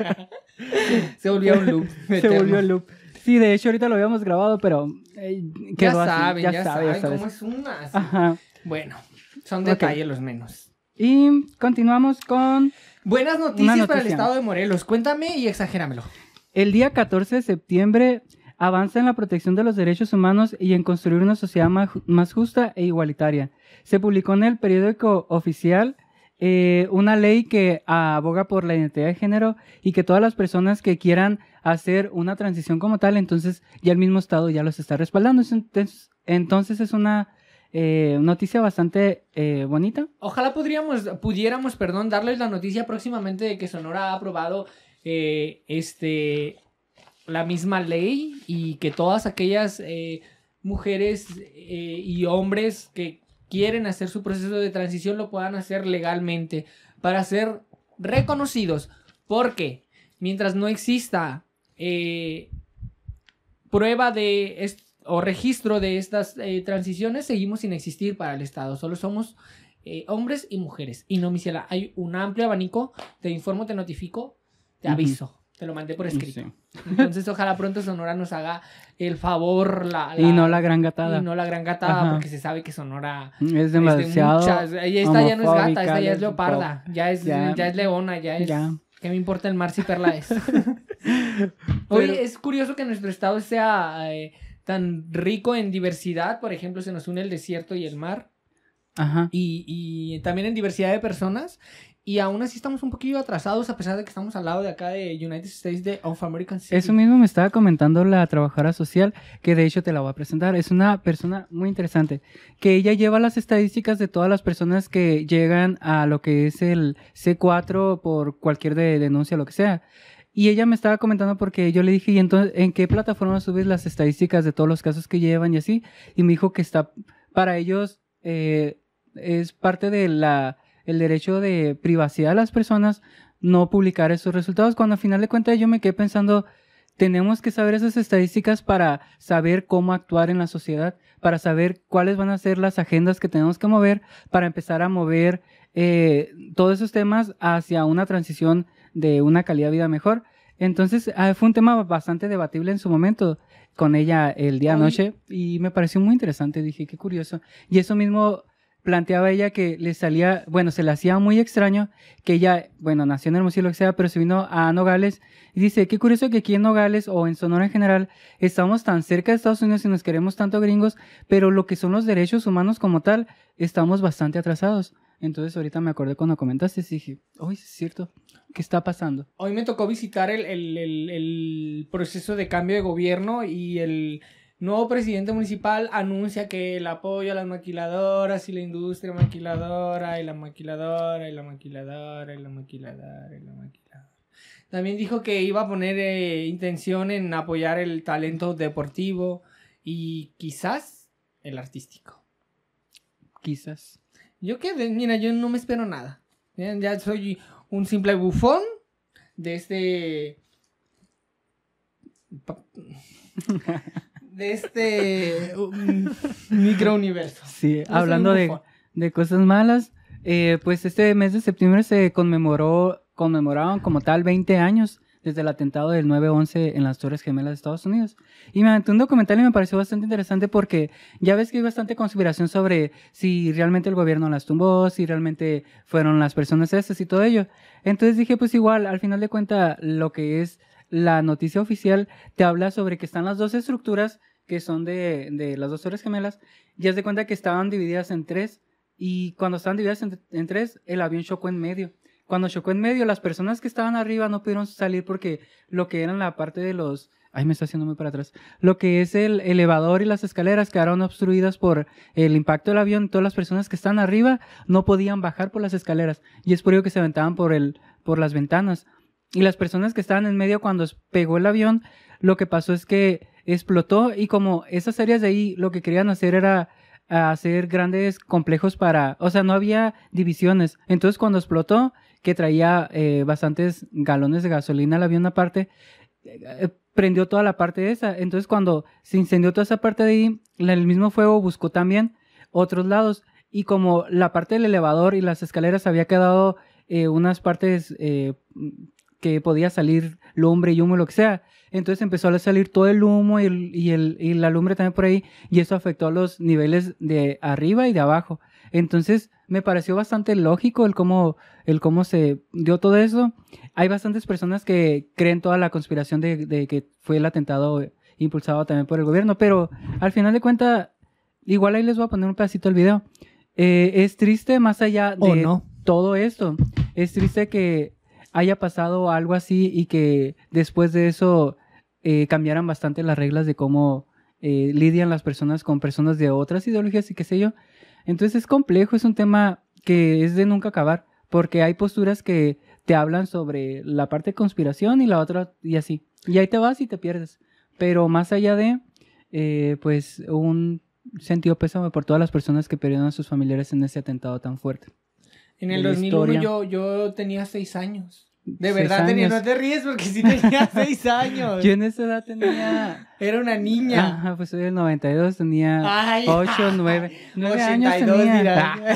Se volvió un loop. Se eterno. volvió el loop. Sí, de hecho ahorita lo habíamos grabado, pero eh, Ya quedó así. saben, ya, sabe, saben sabes. cómo es un nazi. Ajá. Bueno, son Ok. detalles los menos. Y continuamos con Buenas noticias para el noticia. estado de Morelos. Cuéntame y exagéramelo. el día catorce de septiembre. Avanza en la protección de los derechos humanos y en construir una sociedad más, más justa e igualitaria. Se publicó en el periódico oficial eh, una ley que aboga por la identidad de género y que todas las personas que quieran hacer una transición como tal, entonces ya el mismo Estado ya los está respaldando. Entonces, entonces es una eh, noticia bastante eh, bonita. Ojalá podríamos, pudiéramos, perdón, darles la noticia próximamente de que Sonora ha aprobado eh, este... la misma ley y que todas aquellas eh, mujeres eh, y hombres que quieren hacer su proceso de transición lo puedan hacer legalmente para ser reconocidos, porque mientras no exista eh, prueba de est- o registro de estas eh, transiciones, seguimos sin existir para el Estado. Solo somos eh, hombres y mujeres. Y no, Misiela, hay un amplio abanico. Te informo, te notifico, te Ujú. aviso. Te lo mandé por escrito. Sí. Entonces, ojalá pronto Sonora nos haga el favor. La, la- Y no la gran gatada. y no la gran gatada, Ajá. porque se sabe que Sonora Es es de demasiado. muchas. Ella- Esta ya no es gata, homofóbica, esta ya es lesbo- leoparda. Ya es, Ya. ya es leona, ya es. Ya. ¿Qué me importa el mar si Perla es? Pero- Oye, es curioso que nuestro estado sea eh, tan rico en diversidad. Por ejemplo, se nos une el desierto y el mar. Ajá. Y, y también en diversidad de personas. Y aún así estamos un poquillo atrasados, a pesar de que estamos al lado de acá de United States de of American City. Eso mismo me estaba comentando la trabajadora social, que de hecho te la voy a presentar. Es una persona muy interesante, que ella lleva las estadísticas de todas las personas que llegan a lo que es el C cuatro por cualquier de- denuncia, lo que sea. Y ella me estaba comentando porque yo le dije, ¿y entonces en qué plataforma subes las estadísticas de todos los casos que llevan y así? Y me dijo que está, para ellos, eh, es parte de la... el derecho de privacidad de las personas no publicar esos resultados, cuando al final de cuentas yo me quedé pensando, tenemos que saber esas estadísticas para saber cómo actuar en la sociedad, para saber cuáles van a ser las agendas que tenemos que mover, para empezar a mover eh, todos esos temas hacia una transición de una calidad de vida mejor. Entonces, ah, fue un tema bastante debatible en su momento con ella el día noche y me pareció muy interesante. Dije, qué curioso. Y eso mismo planteaba ella que le salía, bueno, se le hacía muy extraño que ella, bueno, nació en Hermosillo, lo que sea, pero se vino a Nogales y dice, qué curioso que aquí en Nogales o en Sonora en general estamos tan cerca de Estados Unidos y nos queremos tanto gringos, pero lo que son los derechos humanos como tal, estamos bastante atrasados. Entonces ahorita me acordé cuando comentaste y dije, uy, es cierto, ¿qué está pasando? Hoy me tocó visitar el, el, el, el proceso de cambio de gobierno y el nuevo presidente municipal anuncia que el apoyo a las maquiladoras y la industria maquiladora y la maquiladora y la maquiladora y la maquiladora y la maquiladora. También dijo que iba a poner eh, intención en apoyar el talento deportivo y quizás el artístico. Quizás. Yo que, mira, yo no me espero nada. Ya, ya soy un simple bufón de este... de este um, microuniverso. Sí, yo hablando de, de cosas malas, eh, pues este mes de septiembre se conmemoró, conmemoraban como tal veinte años desde el atentado del nueve once en las Torres Gemelas de Estados Unidos. Y me aventé un documental y me pareció bastante interesante porque ya ves que hay bastante conspiración sobre si realmente el gobierno las tumbó, si realmente fueron las personas esas y todo ello. Entonces dije, pues igual, al final de cuentas, lo que es la noticia oficial te habla sobre que están las dos estructuras que son de, de las dos Torres Gemelas, y haz de cuenta que estaban divididas en tres, y cuando estaban divididas en, en tres, el avión chocó en medio. Cuando chocó en medio, las personas que estaban arriba no pudieron salir porque lo que eran la parte de los... Ay, me está haciendo muy para atrás. Lo que es el elevador y las escaleras quedaron obstruidas por el impacto del avión. Todas las personas que están arriba no podían bajar por las escaleras, y es por ello que se aventaban por, el, por las ventanas. Y las personas que estaban en medio cuando pegó el avión, lo que pasó es que explotó, y como esas áreas de ahí lo que querían hacer era hacer grandes complejos para... O sea, no había divisiones. Entonces cuando explotó, que traía eh, bastantes galones de gasolina el avión aparte, eh, prendió toda la parte de esa. Entonces cuando se incendió toda esa parte de ahí, el mismo fuego buscó también otros lados. Y como la parte del elevador y las escaleras había quedado eh, unas partes... Eh, que podía salir lumbre y humo, lo que sea. Entonces empezó a salir todo el humo y, el, y, el, y la lumbre también por ahí, y eso afectó a los niveles de arriba y de abajo. Entonces me pareció bastante lógico el cómo, el cómo se dio todo eso. Hay bastantes personas que creen toda la conspiración de, de que fue el atentado impulsado también por el gobierno, pero al final de cuentas, igual ahí les voy a poner un pedacito del video. Eh, es triste más allá de ¿O no? todo esto. Es triste que haya pasado algo así y que después de eso eh, cambiaran bastante las reglas de cómo eh, lidian las personas con personas de otras ideologías y qué sé yo. Entonces es complejo, es un tema que es de nunca acabar, porque hay posturas que te hablan sobre la parte de conspiración y la otra y así. Y ahí te vas y te pierdes. Pero más allá de, eh, pues, un sentido pésame por todas las personas que perdieron a sus familiares en ese atentado tan fuerte. En el dos mil uno yo, yo tenía seis años. De verdad años. tenía, no te ríes porque sí tenía seis años. Yo en esa edad tenía... Era una niña. Ajá, pues soy del noventa y dos, tenía Ay, ocho, nueve, nueve años ochenta y dos tenía.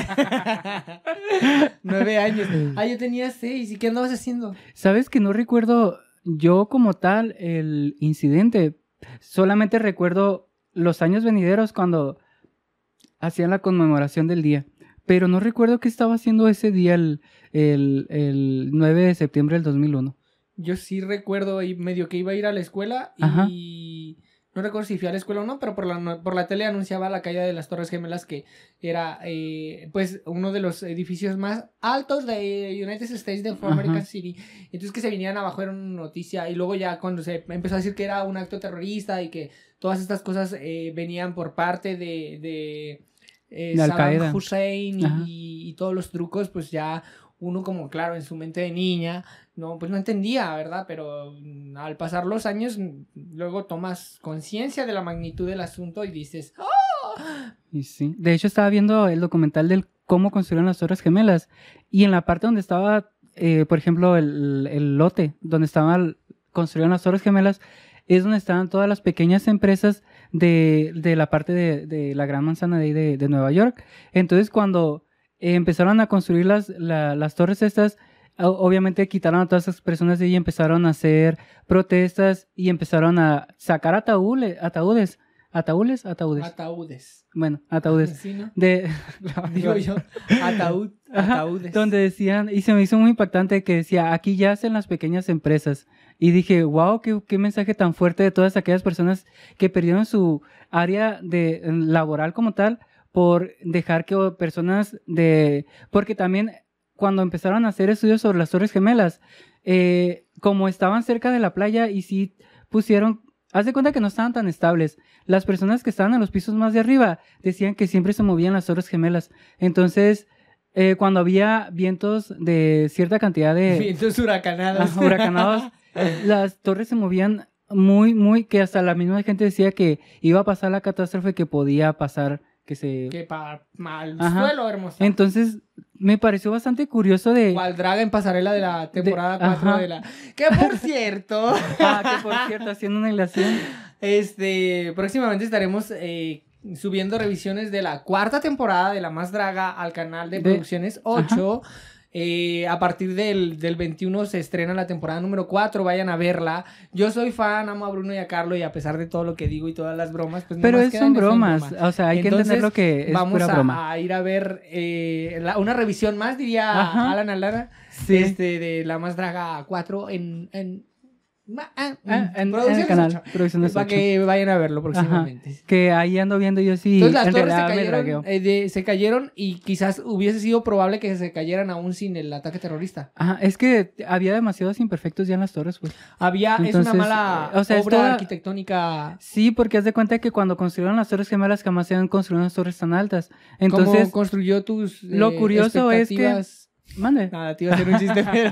dirá. nueve años. Ah, yo tenía seis. ¿Y qué andabas haciendo? ¿Sabes que no recuerdo yo como tal el incidente? Solamente recuerdo los años venideros cuando hacían la conmemoración del día. Pero no recuerdo qué estaba haciendo ese día, el, el, el nueve de septiembre del dos mil uno. Yo sí recuerdo ahí medio que iba a ir a la escuela y Ajá. no recuerdo si fui a la escuela o no, pero por la, por la tele anunciaba la caída de las Torres Gemelas, que era eh, pues uno de los edificios más altos de United States of America. Ajá. City. Entonces que se vinieran abajo era una noticia, y luego ya cuando se empezó a decir que era un acto terrorista y que todas estas cosas eh, venían por parte de... de Eh, Saddam Hussein y, y todos los trucos, pues ya uno como claro en su mente de niña no pues no entendía, ¿verdad? Pero al pasar los años luego tomas conciencia de la magnitud del asunto y dices ¡oh! Y sí, de hecho estaba viendo el documental del cómo construyeron las Torres Gemelas, y en la parte donde estaba eh, por ejemplo el, el lote donde estaban construyeron las Torres Gemelas, es donde estaban todas las pequeñas empresas de, de la parte de, de la Gran Manzana de, ahí de, de Nueva York. Entonces, cuando eh, empezaron a construir las, la, las torres estas, o- obviamente quitaron a todas esas personas de ahí y empezaron a hacer protestas y empezaron a sacar ataúdes, ataúdes, ataúdes, ataúdes. Ataúdes. Bueno, ataúdes. ¿Sí, no? De, Digo yo, ataúd, Ajá, ataúdes. donde decían, y se me hizo muy impactante que decía, aquí ya hacen las pequeñas empresas. Y dije, wow, qué, qué mensaje tan fuerte de todas aquellas personas que perdieron su área de, eh, laboral como tal por dejar que o- personas de... Porque también cuando empezaron a hacer estudios sobre las Torres Gemelas, eh, como estaban cerca de la playa y sí pusieron... Haz de cuenta que no estaban tan estables. Las personas que estaban en los pisos más de arriba decían que siempre se movían las Torres Gemelas. Entonces, eh, cuando había vientos de cierta cantidad de... Vientos huracanados. Ajá, huracanados, las torres se movían muy, muy, que hasta la misma gente decía que iba a pasar la catástrofe que podía pasar, que se... Que para mal Ajá. suelo, hermosa. Entonces, me pareció bastante curioso de... Cual draga en pasarela de la temporada De- cuatro ajá. de la... Que por cierto, Ah, que por cierto, haciendo una ilación. este, próximamente estaremos eh, subiendo revisiones de la cuarta temporada de La Más Draga al canal de De- Producciones ocho. Eh, a partir del, del veintiuno se estrena la temporada número cuatro, vayan a verla. Yo soy fan, amo a Bruno y a Carlo y a pesar de todo lo que digo y todas las bromas, pues Pero nomás es, quedan son eso en bromas, broma. o sea, hay Entonces, que entender lo que es vamos pura a, broma. a ir a ver eh, la- una revisión más, diría Ajá. Alan Aldana, Sí. este, de La Más Draga cuatro en... en ma- ah, Ah, en, en el Producciones canal, ocho. Producciones Para ocho. que vayan a verlo Ajá. próximamente. Que ahí ando viendo yo sí, Entonces las en torres se realidad me cayeron, dragueo. eh, de- se cayeron y quizás hubiese sido probable que se cayeran aún sin el ataque terrorista. Ajá, es que había demasiados imperfectos ya en las torres, pues. Había, es Entonces, una mala eh, o sea, es obra toda- arquitectónica. Sí, porque haz de cuenta que cuando construyeron las Torres Gemelas jamás se habían construido unas torres tan altas. ¿Cómo Entonces, construyó tus lo eh, curioso es que- expectativas? mande. Nada, te iba a hacer un chiste, pero...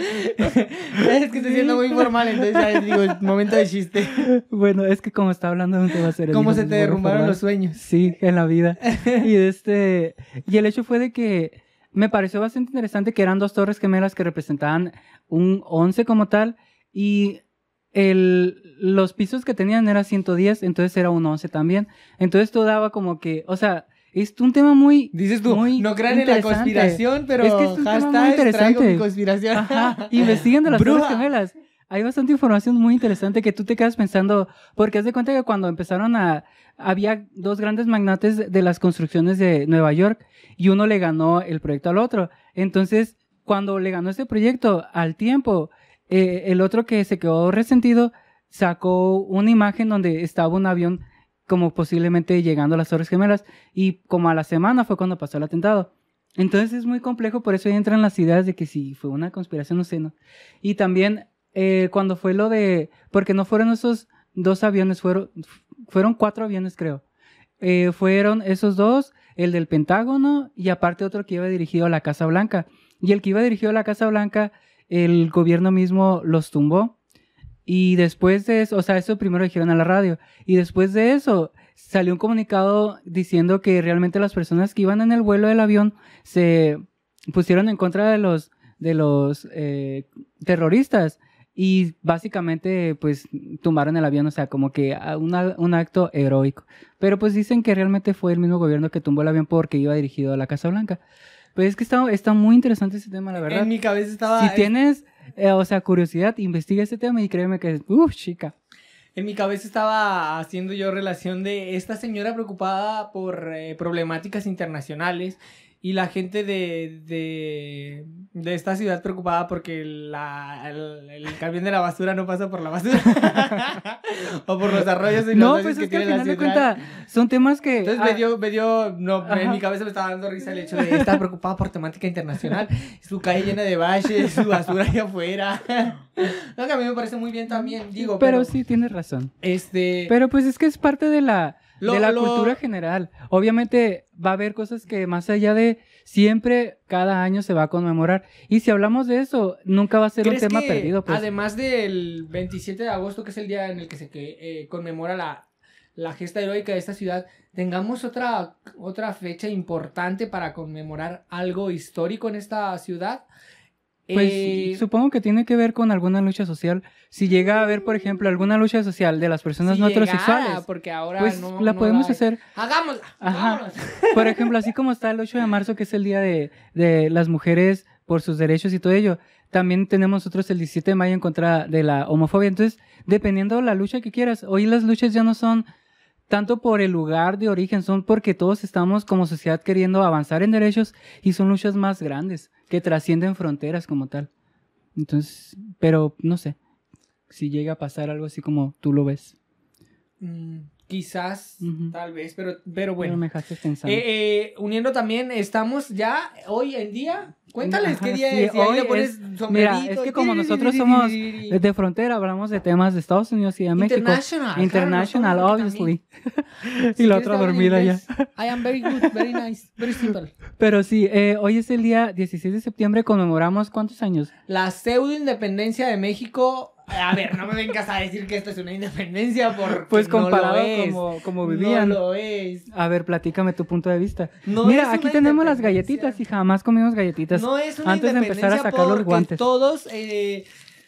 es que estoy siendo muy formal, entonces ya digo, momento de chiste. Bueno, es que como está hablando de un tema serio. ¿Cómo digo, se te voy a derrumbaron formar. los sueños? Sí, en la vida. Y este y el hecho fue de que me pareció bastante interesante que eran dos torres gemelas que representaban un once como tal y el, los pisos que tenían era ciento diez, entonces era un once también. Entonces todo daba como que, o sea, es un tema muy Dices tú, muy no crean en la interesante. conspiración, pero Es que es un tema muy hashtag interesante. traigo mi conspiración. Ajá, investiguen de las Bruja. Torres Gemelas. Hay bastante información muy interesante que tú te quedas pensando, porque haz de cuenta que cuando empezaron a... Había dos grandes magnates de las construcciones de Nueva York y uno le ganó el proyecto al otro. Entonces, cuando le ganó este proyecto, al tiempo, eh, el otro que se quedó resentido sacó una imagen donde estaba un avión como posiblemente llegando a las Torres Gemelas y como a la semana fue cuando pasó el atentado. Entonces es muy complejo, por eso ahí entran las ideas de que si fue una conspiración, no sé, ¿no? Y también eh, cuando fue lo de... Porque no fueron esos dos aviones, fueron, fueron cuatro aviones creo. Eh, fueron esos dos, el del Pentágono y aparte otro que iba dirigido a la Casa Blanca. Y el que iba dirigido a la Casa Blanca, el gobierno mismo los tumbó. Y después de eso, o sea, eso primero dijeron a la radio. Y después de eso, salió un comunicado diciendo que realmente las personas que iban en el vuelo del avión se pusieron en contra de los, de los eh, terroristas. Y básicamente, pues, tumbaron el avión, o sea, como que a una- un acto heroico. Pero pues dicen que realmente fue el mismo gobierno que tumbó el avión porque iba dirigido a la Casa Blanca. Pues es que está, está muy interesante ese tema, la verdad. En mi cabeza estaba... Si tienes, eh, o sea, curiosidad, investiga ese tema y créeme que es, uff, chica. En mi cabeza estaba haciendo yo relación de esta señora preocupada por eh, problemáticas internacionales y la gente de, de, de esta ciudad preocupada porque la, el, el camión de la basura no pasa por la basura o por los arroyos y los No, hoyos pues que es que al tiene la final de ciudad. cuenta, son temas que... Entonces ah, me dio, me dio, no, Ajá. en mi cabeza me estaba dando risa el hecho de estar preocupada por temática internacional, su calle llena de baches, su basura allá afuera. No, que a mí me parece muy bien también, digo, pero, pero, sí, tienes razón. este... Pero pues es que es parte de la, Lo- de la lo- cultura general. Obviamente va a haber cosas que más allá de siempre, cada año se va a conmemorar. Y si hablamos de eso, nunca va a ser un ¿Crees tema que, perdido. Pues. además del veintisiete de agosto, que es el día en el que se que, eh, conmemora la, la gesta heroica de esta ciudad, tengamos otra, otra fecha importante para conmemorar algo histórico en esta ciudad? Pues Eh, supongo que tiene que ver con alguna lucha social. Si llega a haber, por ejemplo, alguna lucha social de las personas si no llegara, heterosexuales, porque ahora pues no, la no podemos hay. hacer. Hagámosla. Ajá. Vámonos. Por ejemplo, así como está el ocho de marzo, que es el día de, de las mujeres por sus derechos y todo ello, también tenemos nosotros el diecisiete de mayo en contra de la homofobia. Entonces, dependiendo de la lucha que quieras, hoy las luchas ya no son tanto por el lugar de origen, son porque todos estamos como sociedad queriendo avanzar en derechos y son luchas más grandes que trascienden fronteras como tal. Entonces, pero no sé si llega a pasar algo así como tú lo ves. Mm, quizás, Ujú. tal vez, pero, pero Pero bueno. me dejaste pensando. Eh, eh, uniendo también, estamos ya hoy en día. Cuéntales Ajá, qué día sí, es. Y ahí hoy le pones es- sombrerito. Mira, es que como nosotros somos de frontera, hablamos de temas de Estados Unidos y de México. International. International, claro, nosotros, obviously. porque Y la también, si otra quieres te hablo en dormida ya. inglés. I am very good, very nice, very simple. Pero sí, eh, hoy es el día dieciséis de septiembre, conmemoramos ¿cuántos años? La pseudo independencia de México. A ver, no me vengas a decir que esto es una independencia porque Pues comparado no lo es. como, como vivían. No lo es. A ver, platícame tu punto de vista. No Mira, es aquí una tenemos las independencia. galletitas y jamás comimos galletitas. No es una antes de empezar a independencia sacar los porque guantes. todos eh,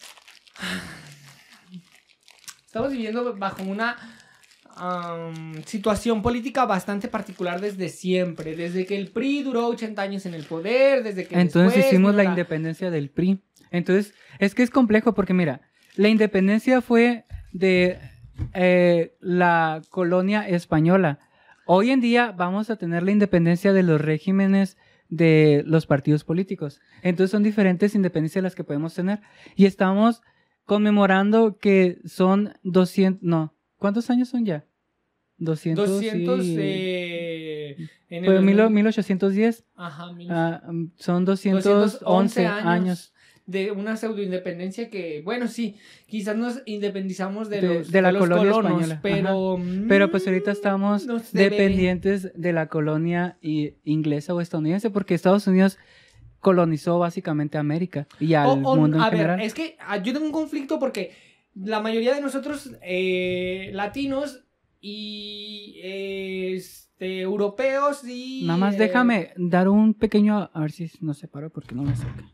estamos viviendo bajo una um, situación política bastante particular desde siempre, desde que el P R I duró ochenta años en el poder, desde que Entonces después hicimos vino la independencia del P R I. Entonces, es que es complejo porque mira, la independencia fue de eh, la colonia española. Hoy en día vamos a tener la independencia de los regímenes de los partidos políticos. Entonces son diferentes independencias las que podemos tener. Y estamos conmemorando que son doscientos, no, ¿cuántos años son ya? doscientos, doscientos y... eh, en el Pues mil- dos mil mil ochocientos diez. Ajá, mil- Ah, mm, son doscientos once años. de una pseudo independencia que, bueno, sí, quizás nos independizamos de, De- los, de la los colonia colonos, española, pero... Pero pues mm, ahorita estamos no se ve. dependientes de la colonia i- inglesa o estadounidense porque Estados Unidos colonizó básicamente América y al O- o- mundo en a general. ver, es que ah, yo tengo un conflicto porque la mayoría de nosotros eh, latinos y eh, este, europeos y... Nada más eh, déjame dar un pequeño... A ver si no se para porque no me saca.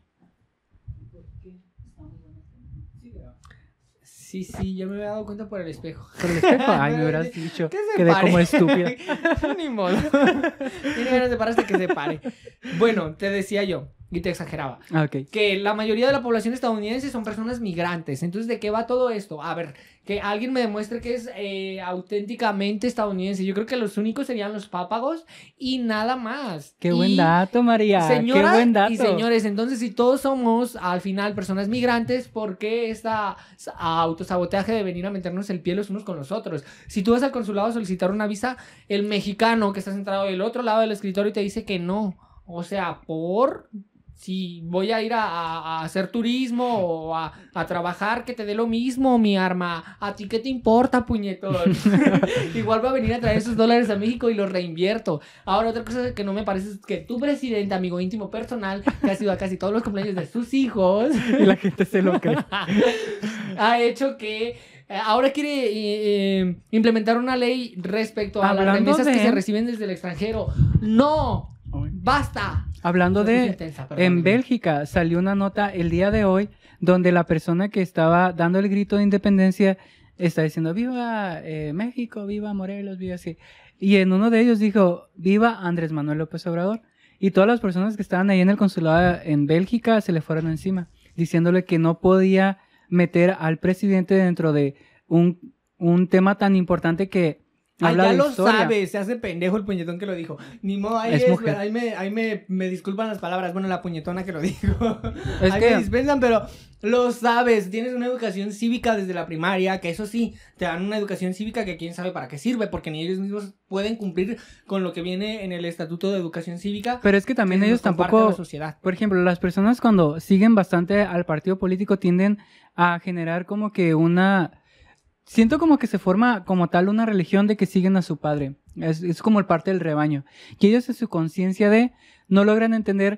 Sí, sí, yo me había dado cuenta por el espejo. Por el espejo. Ay, me hubieras dicho. Que se Quedé pare. como estúpida. Ni modo. Tiene ganas de pararse que se pare. Bueno, te decía yo, y te exageraba, Ah, ok. que la mayoría de la población estadounidense son personas migrantes. Entonces, ¿de qué va todo esto? A ver, que alguien me demuestre que es eh, auténticamente estadounidense. Yo creo que los únicos serían los pápagos y nada más. Qué Y, buen dato, María. señoras Qué buen dato. y señores, entonces si todos somos al final personas migrantes, ¿por qué esta autosabotaje de venir a meternos el pie los unos con los otros? Si tú vas al consulado a solicitar una visa, el mexicano que está sentado del otro lado del escritorio te dice que no. O sea, por... Si voy a ir a, a- a hacer turismo o a, a trabajar, que te dé lo mismo, mi arma. ¿A ti qué te importa, puñetón? Igual va a venir a traer esos dólares a México y los reinvierto. Ahora, otra cosa que no me parece es que tu presidente, amigo íntimo personal, que ha sido a casi todos los cumpleaños de sus hijos, Y la gente se lo cree. ha hecho que eh, ahora quiere eh, eh, implementar una ley respecto a Hablando las remesas de- que se reciben desde el extranjero. ¡No! ¡Basta! Hablando Me puse de... intensa, En perdónenme. Bélgica salió una nota el día de hoy donde la persona que estaba dando el grito de independencia está diciendo viva eh, México, viva Morelos, viva así. Y en uno de ellos dijo viva Andrés Manuel López Obrador. Y todas las personas que estaban ahí en el consulado en Bélgica se le fueron encima, diciéndole que no podía meter al presidente dentro de un, un tema tan importante que Ah, habla ya de lo historia. sabe, se hace pendejo el puñetón que lo dijo. Ni modo, ahí, Es es, mujer. ahí, me, ahí me, me disculpan las palabras. Bueno, la puñetona que lo dijo. Es ahí que- me dispensan, pero lo sabes. Tienes una educación cívica desde la primaria, que eso sí, te dan una educación cívica que quién sabe para qué sirve, porque ni ellos mismos pueden cumplir con lo que viene en el Estatuto de Educación Cívica. Pero es que también que ellos nos comparte tampoco... la sociedad. Por ejemplo, las personas cuando siguen bastante al partido político tienden a generar como que una... Siento como que se forma como tal una religión de que siguen a su padre. Es, es como el parte del rebaño. Y ellos en su conciencia de no logran entender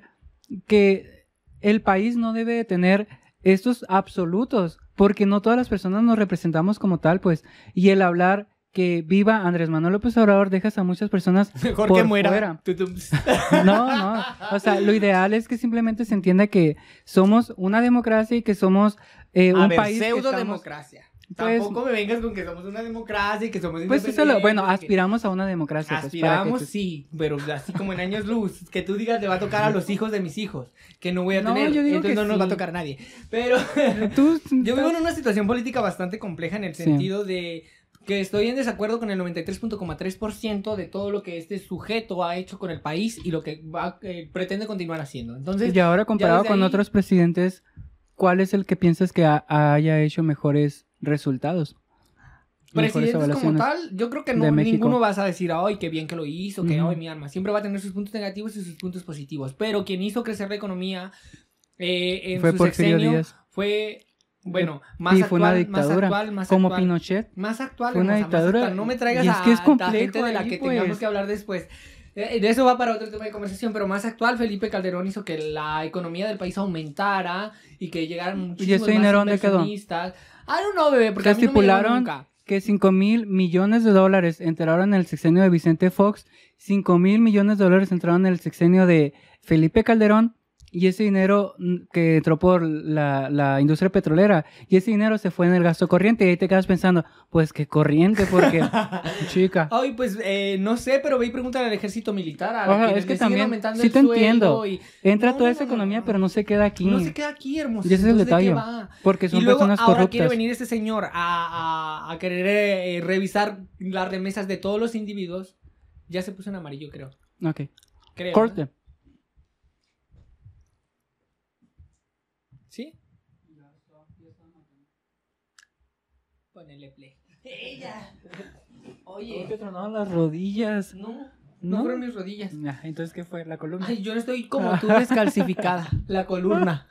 que el país no debe de tener estos absolutos, porque no todas las personas nos representamos como tal, pues. Y el hablar que viva Andrés Manuel López Obrador, dejas a muchas personas Mejor por que muera. fuera. Tutum. No, no. O sea, lo ideal es que simplemente se entienda que somos una democracia y que somos eh, A un ver, país que estamos... pseudo-democracia. Pues- Tampoco me vengas con que somos una democracia y que somos Pues eso, lo- bueno, independientes y que- aspiramos a una democracia. pues, para que Aspiramos, tú- sí, pero así como en años luz, que tú digas le va a tocar a los hijos de mis hijos, que no voy a No, tener, yo digo entonces que no nos va a sí. tocar a nadie. Pero Tú, yo vivo en una situación política bastante compleja en el Sí. sentido de que estoy en desacuerdo con el noventa y tres punto tres por ciento de todo lo que este sujeto ha hecho con el país y lo que va, eh, pretende continuar haciendo. Entonces, Y ahora comparado desde con ahí- otros presidentes, ¿cuál es el que piensas que ha- haya hecho mejores resultados? Mejores presidentes como evaluaciones? tal, yo creo que de no, México. ninguno vas a decir, ay, qué bien que lo hizo, que, Ujú. ay, mi alma. Siempre va a tener sus puntos negativos y sus puntos positivos. Pero quien hizo crecer la economía eh, en Fue su Porfirio sexenio Díaz. fue, bueno, más Sí, actual, fue una más dictadura. actual, más Como actual. Pinochet. Más actual, Fue una hermosa, más dictadura. actual. No me traigas Y es a, que es a complejo gente de la ahí, que pues. tengamos que hablar después. Eh, De eso va para otro tema de conversación, pero más actual, Felipe Calderón hizo que la economía del país aumentara y que llegaran muchísimos ese dinero más dónde quedó? inversionistas. I don't know, bebé, porque Se a mí no me llegó estipularon nunca. que cinco mil millones de dólares entraron en el sexenio de Vicente Fox, cinco mil millones de dólares entraron en el sexenio de Felipe Calderón, y ese dinero mm, que entró por la, la industria petrolera, y ese dinero se fue en el gasto corriente, y ahí te quedas pensando, pues qué corriente, porque, chica. Ay, pues eh, no sé, pero ve y pregúntale al ejército militar. A Ajá, quienes es que le siguen también, aumentando sí el te sueldo entiendo. y- Entra No, toda no, esa no, no, economía, no. pero no se queda aquí. No se queda aquí, hermoso. Y ese es el Entonces, ¿de qué detalle, va? porque son Y luego personas ahora corruptas. quiere venir este señor a, a, a querer eh, revisar las remesas de todos los individuos. Ya se puso en amarillo, creo. Ok, creo ¿no? corte. ¿Sí? Ponele play. Ella. Oye. te tronaron las rodillas? No, no, ¿No? fueron mis rodillas. Ah, entonces, ¿qué fue? ¿La columna? Ay, yo no estoy como tú descalcificada. La columna.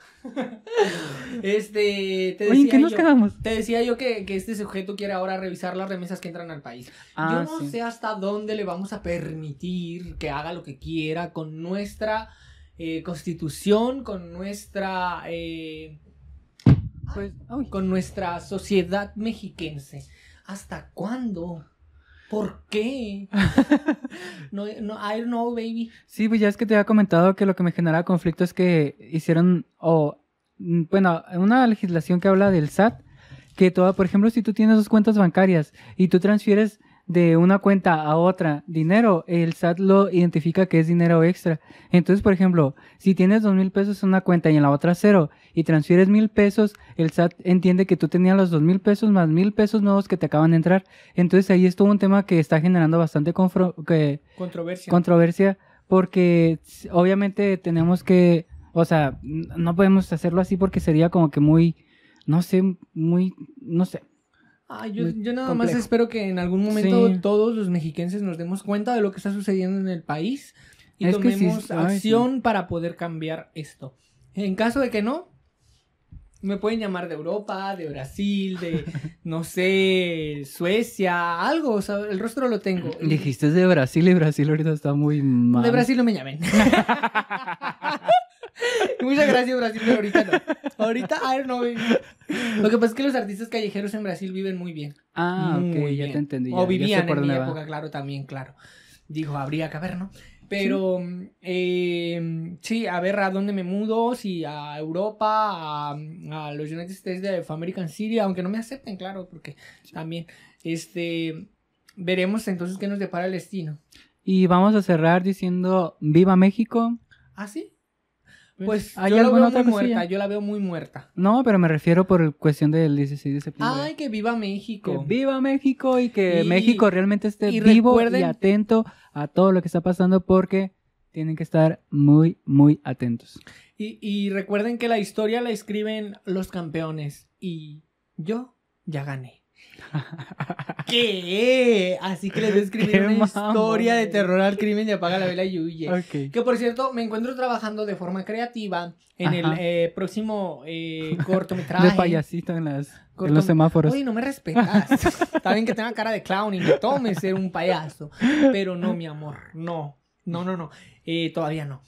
Este, te Oye, ¿en decía qué nos yo, quedamos? te decía yo que, que este sujeto quiere ahora revisar las remesas que entran al país. Ah, yo no sí. sé hasta dónde le vamos a permitir que haga lo que quiera con nuestra eh, constitución, con nuestra eh, Pues, uy. con nuestra sociedad mexiquense. ¿Hasta cuándo? ¿Por qué? no, no, I don't know, baby. Sí, pues ya es que te había comentado que lo que me generaba conflicto es que hicieron, o, mm, bueno, una legislación que habla del S A T, que toda, por ejemplo, si tú tienes dos cuentas bancarias y tú transfieres de una cuenta a otra dinero, el S A T lo identifica que es dinero extra. Entonces, por ejemplo, si tienes dos mil pesos en una cuenta y en la otra cero, y transfieres mil pesos, el S A T entiende que tú tenías los dos mil pesos más mil pesos nuevos que te acaban de entrar. Entonces ahí es todo un tema que está generando bastante confro- que Controversia. controversia, porque s- obviamente tenemos que, o sea, n- no podemos hacerlo así porque sería como que muy, no sé, muy, no sé. Ah, yo, Muy yo nada complejo. más espero que en algún momento Sí. todos los mexiquenses nos demos cuenta de lo que está sucediendo en el país y Es que sí, tomemos ay, acción para poder cambiar esto. En caso de que no, me pueden llamar de Europa, de Brasil, de, no sé, Suecia, algo, o sea, el rostro lo tengo. Dijiste de Brasil y Brasil ahorita está muy mal. De Brasil no me llamen. Muchas gracias, Brasil, pero ahorita no. Ahorita, I don't know, baby. Lo que pasa es que los artistas callejeros en Brasil viven muy bien. Ah, ok, Muy ya bien. te entendí. ya- O ya sé vivían por en mi dónde va. época, claro, también, claro. Dijo, habría que ver, ¿no? Pero, eh, sí, a ver a dónde me mudo, si a Europa, a, a los United States de American City, aunque no me acepten, claro, porque también, este, veremos entonces qué nos depara el destino. Y vamos a cerrar diciendo ¡Viva México! ¿Ah, sí? Pues ¿hay yo la alguna veo otra muy cosilla? muerta, yo la veo muy muerta. No, pero me refiero por cuestión del dieciséis de septiembre. Ay, que viva Que México. viva México y que Y- México realmente esté y vivo recuerden- y atento a todo lo que está pasando porque tienen que estar muy, muy atentos. Y, y recuerden que la historia la escriben los campeones y yo ya gané. ¿Qué? Así que les voy a escribir Qué una mamón. historia de terror al crimen y apaga la vela y huye. Ok. Que por cierto, me encuentro trabajando de forma creativa en el Ajá. eh, próximo eh, cortometraje. De payasito en, las, en Corto- los semáforos. Oye, no me respetas. Está bien que tenga cara de clown y me tome ser un payaso. Pero no, mi amor, no. No, no, no. Eh, todavía no.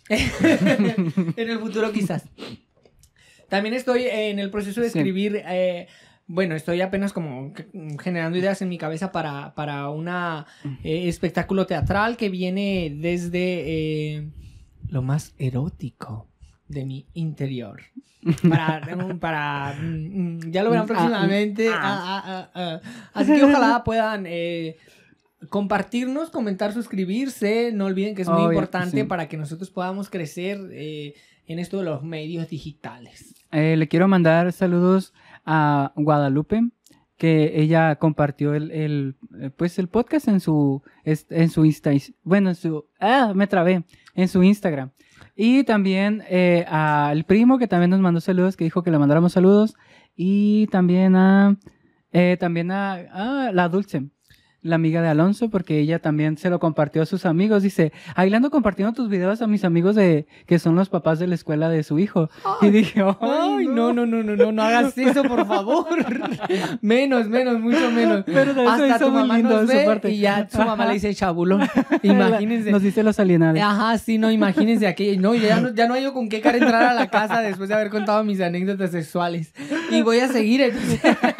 En el futuro quizás. También estoy en el proceso de Sí. escribir eh, bueno, estoy apenas como generando ideas en mi cabeza para, para un eh, espectáculo teatral que viene desde eh, lo más erótico de mi interior. Para, para ya lo verán próximamente. Ah, ah, ah, ah. Así que ojalá puedan eh, compartirnos, comentar, suscribirse. No olviden que es muy oh, importante sí. para que nosotros podamos crecer eh, en esto de los medios digitales. Eh, le quiero mandar saludos a Guadalupe, que ella compartió el, el pues el podcast en su en su Insta, bueno, en su ah, me trabé, en su Instagram. Y también eh, al primo que también nos mandó saludos, que dijo que le mandáramos saludos. Y también a eh, también a, a la Dulce, la amiga de Alonso, porque ella también se lo compartió a sus amigos. Dice, ahí le ando compartiendo tus videos a mis amigos de que son los papás de la escuela de su hijo. Ay, y dije, ay, no, no, no, no, no, no hagas eso, por favor. menos, menos, mucho menos. Pero eso hasta tu mamá lindo nos ve y ya su mamá le dice chabulón. Imagínense. Nos dice los alienados. Ajá, sí, no, imagínense aquello. No, ya no, ya no hay con qué cara entrar a la casa después de haber contado mis anécdotas sexuales. Y voy a seguir. Entonces...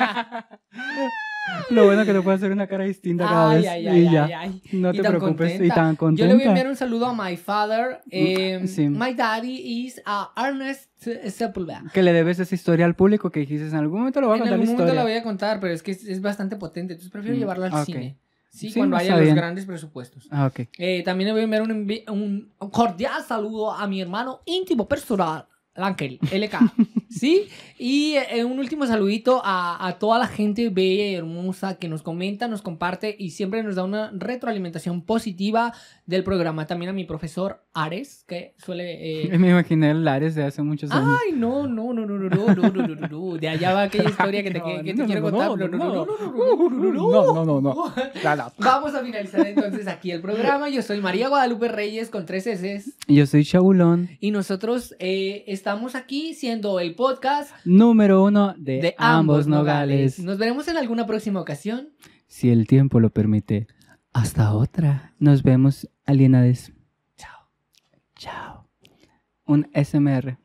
Lo bueno que te puede hacer una cara distinta cada ay, vez. Ay, y ay, ya. Ay, ay. No y te preocupes. Contenta. Y tan contenta. Yo le voy a enviar un saludo a my father. Eh, sí. My daddy is uh, Ernest Sepúlveda. Que le debes esa historia al público que dijiste en algún momento lo voy a contar la historia. En algún momento la voy a contar, pero es que es, es bastante potente. Entonces prefiero mm, llevarla al okay. cine. Sí, sí, cuando no haya los bien. grandes presupuestos. Ah, okay. eh, también le voy a enviar un, un, un cordial saludo a mi hermano íntimo personal, Ángel, L K. ¿Sí? Y eh, un último saludito a, a toda la gente bella y hermosa que nos comenta, nos comparte y siempre nos da una retroalimentación positiva del programa. También a mi profesor Ares, que suele... Eh... Me imaginé el Ares de hace muchos años. Ay, no, no, no, no, no, no, no, no, no, no. De allá va aquella historia que te, que, que te no, quiero no, contar. No, No, no, no, no, no, no, no. Vamos a finalizar entonces aquí el programa. Yo soy María Guadalupe Reyes con tres S. Y yo soy Chabulón. Y nosotros eh, estamos aquí siendo el podcast número uno de, de ambos ambos nogales. nogales. Nos veremos en alguna próxima ocasión. Si el tiempo lo permite. Hasta otra. Nos vemos, alienades. Chao. Chao. Un S M R.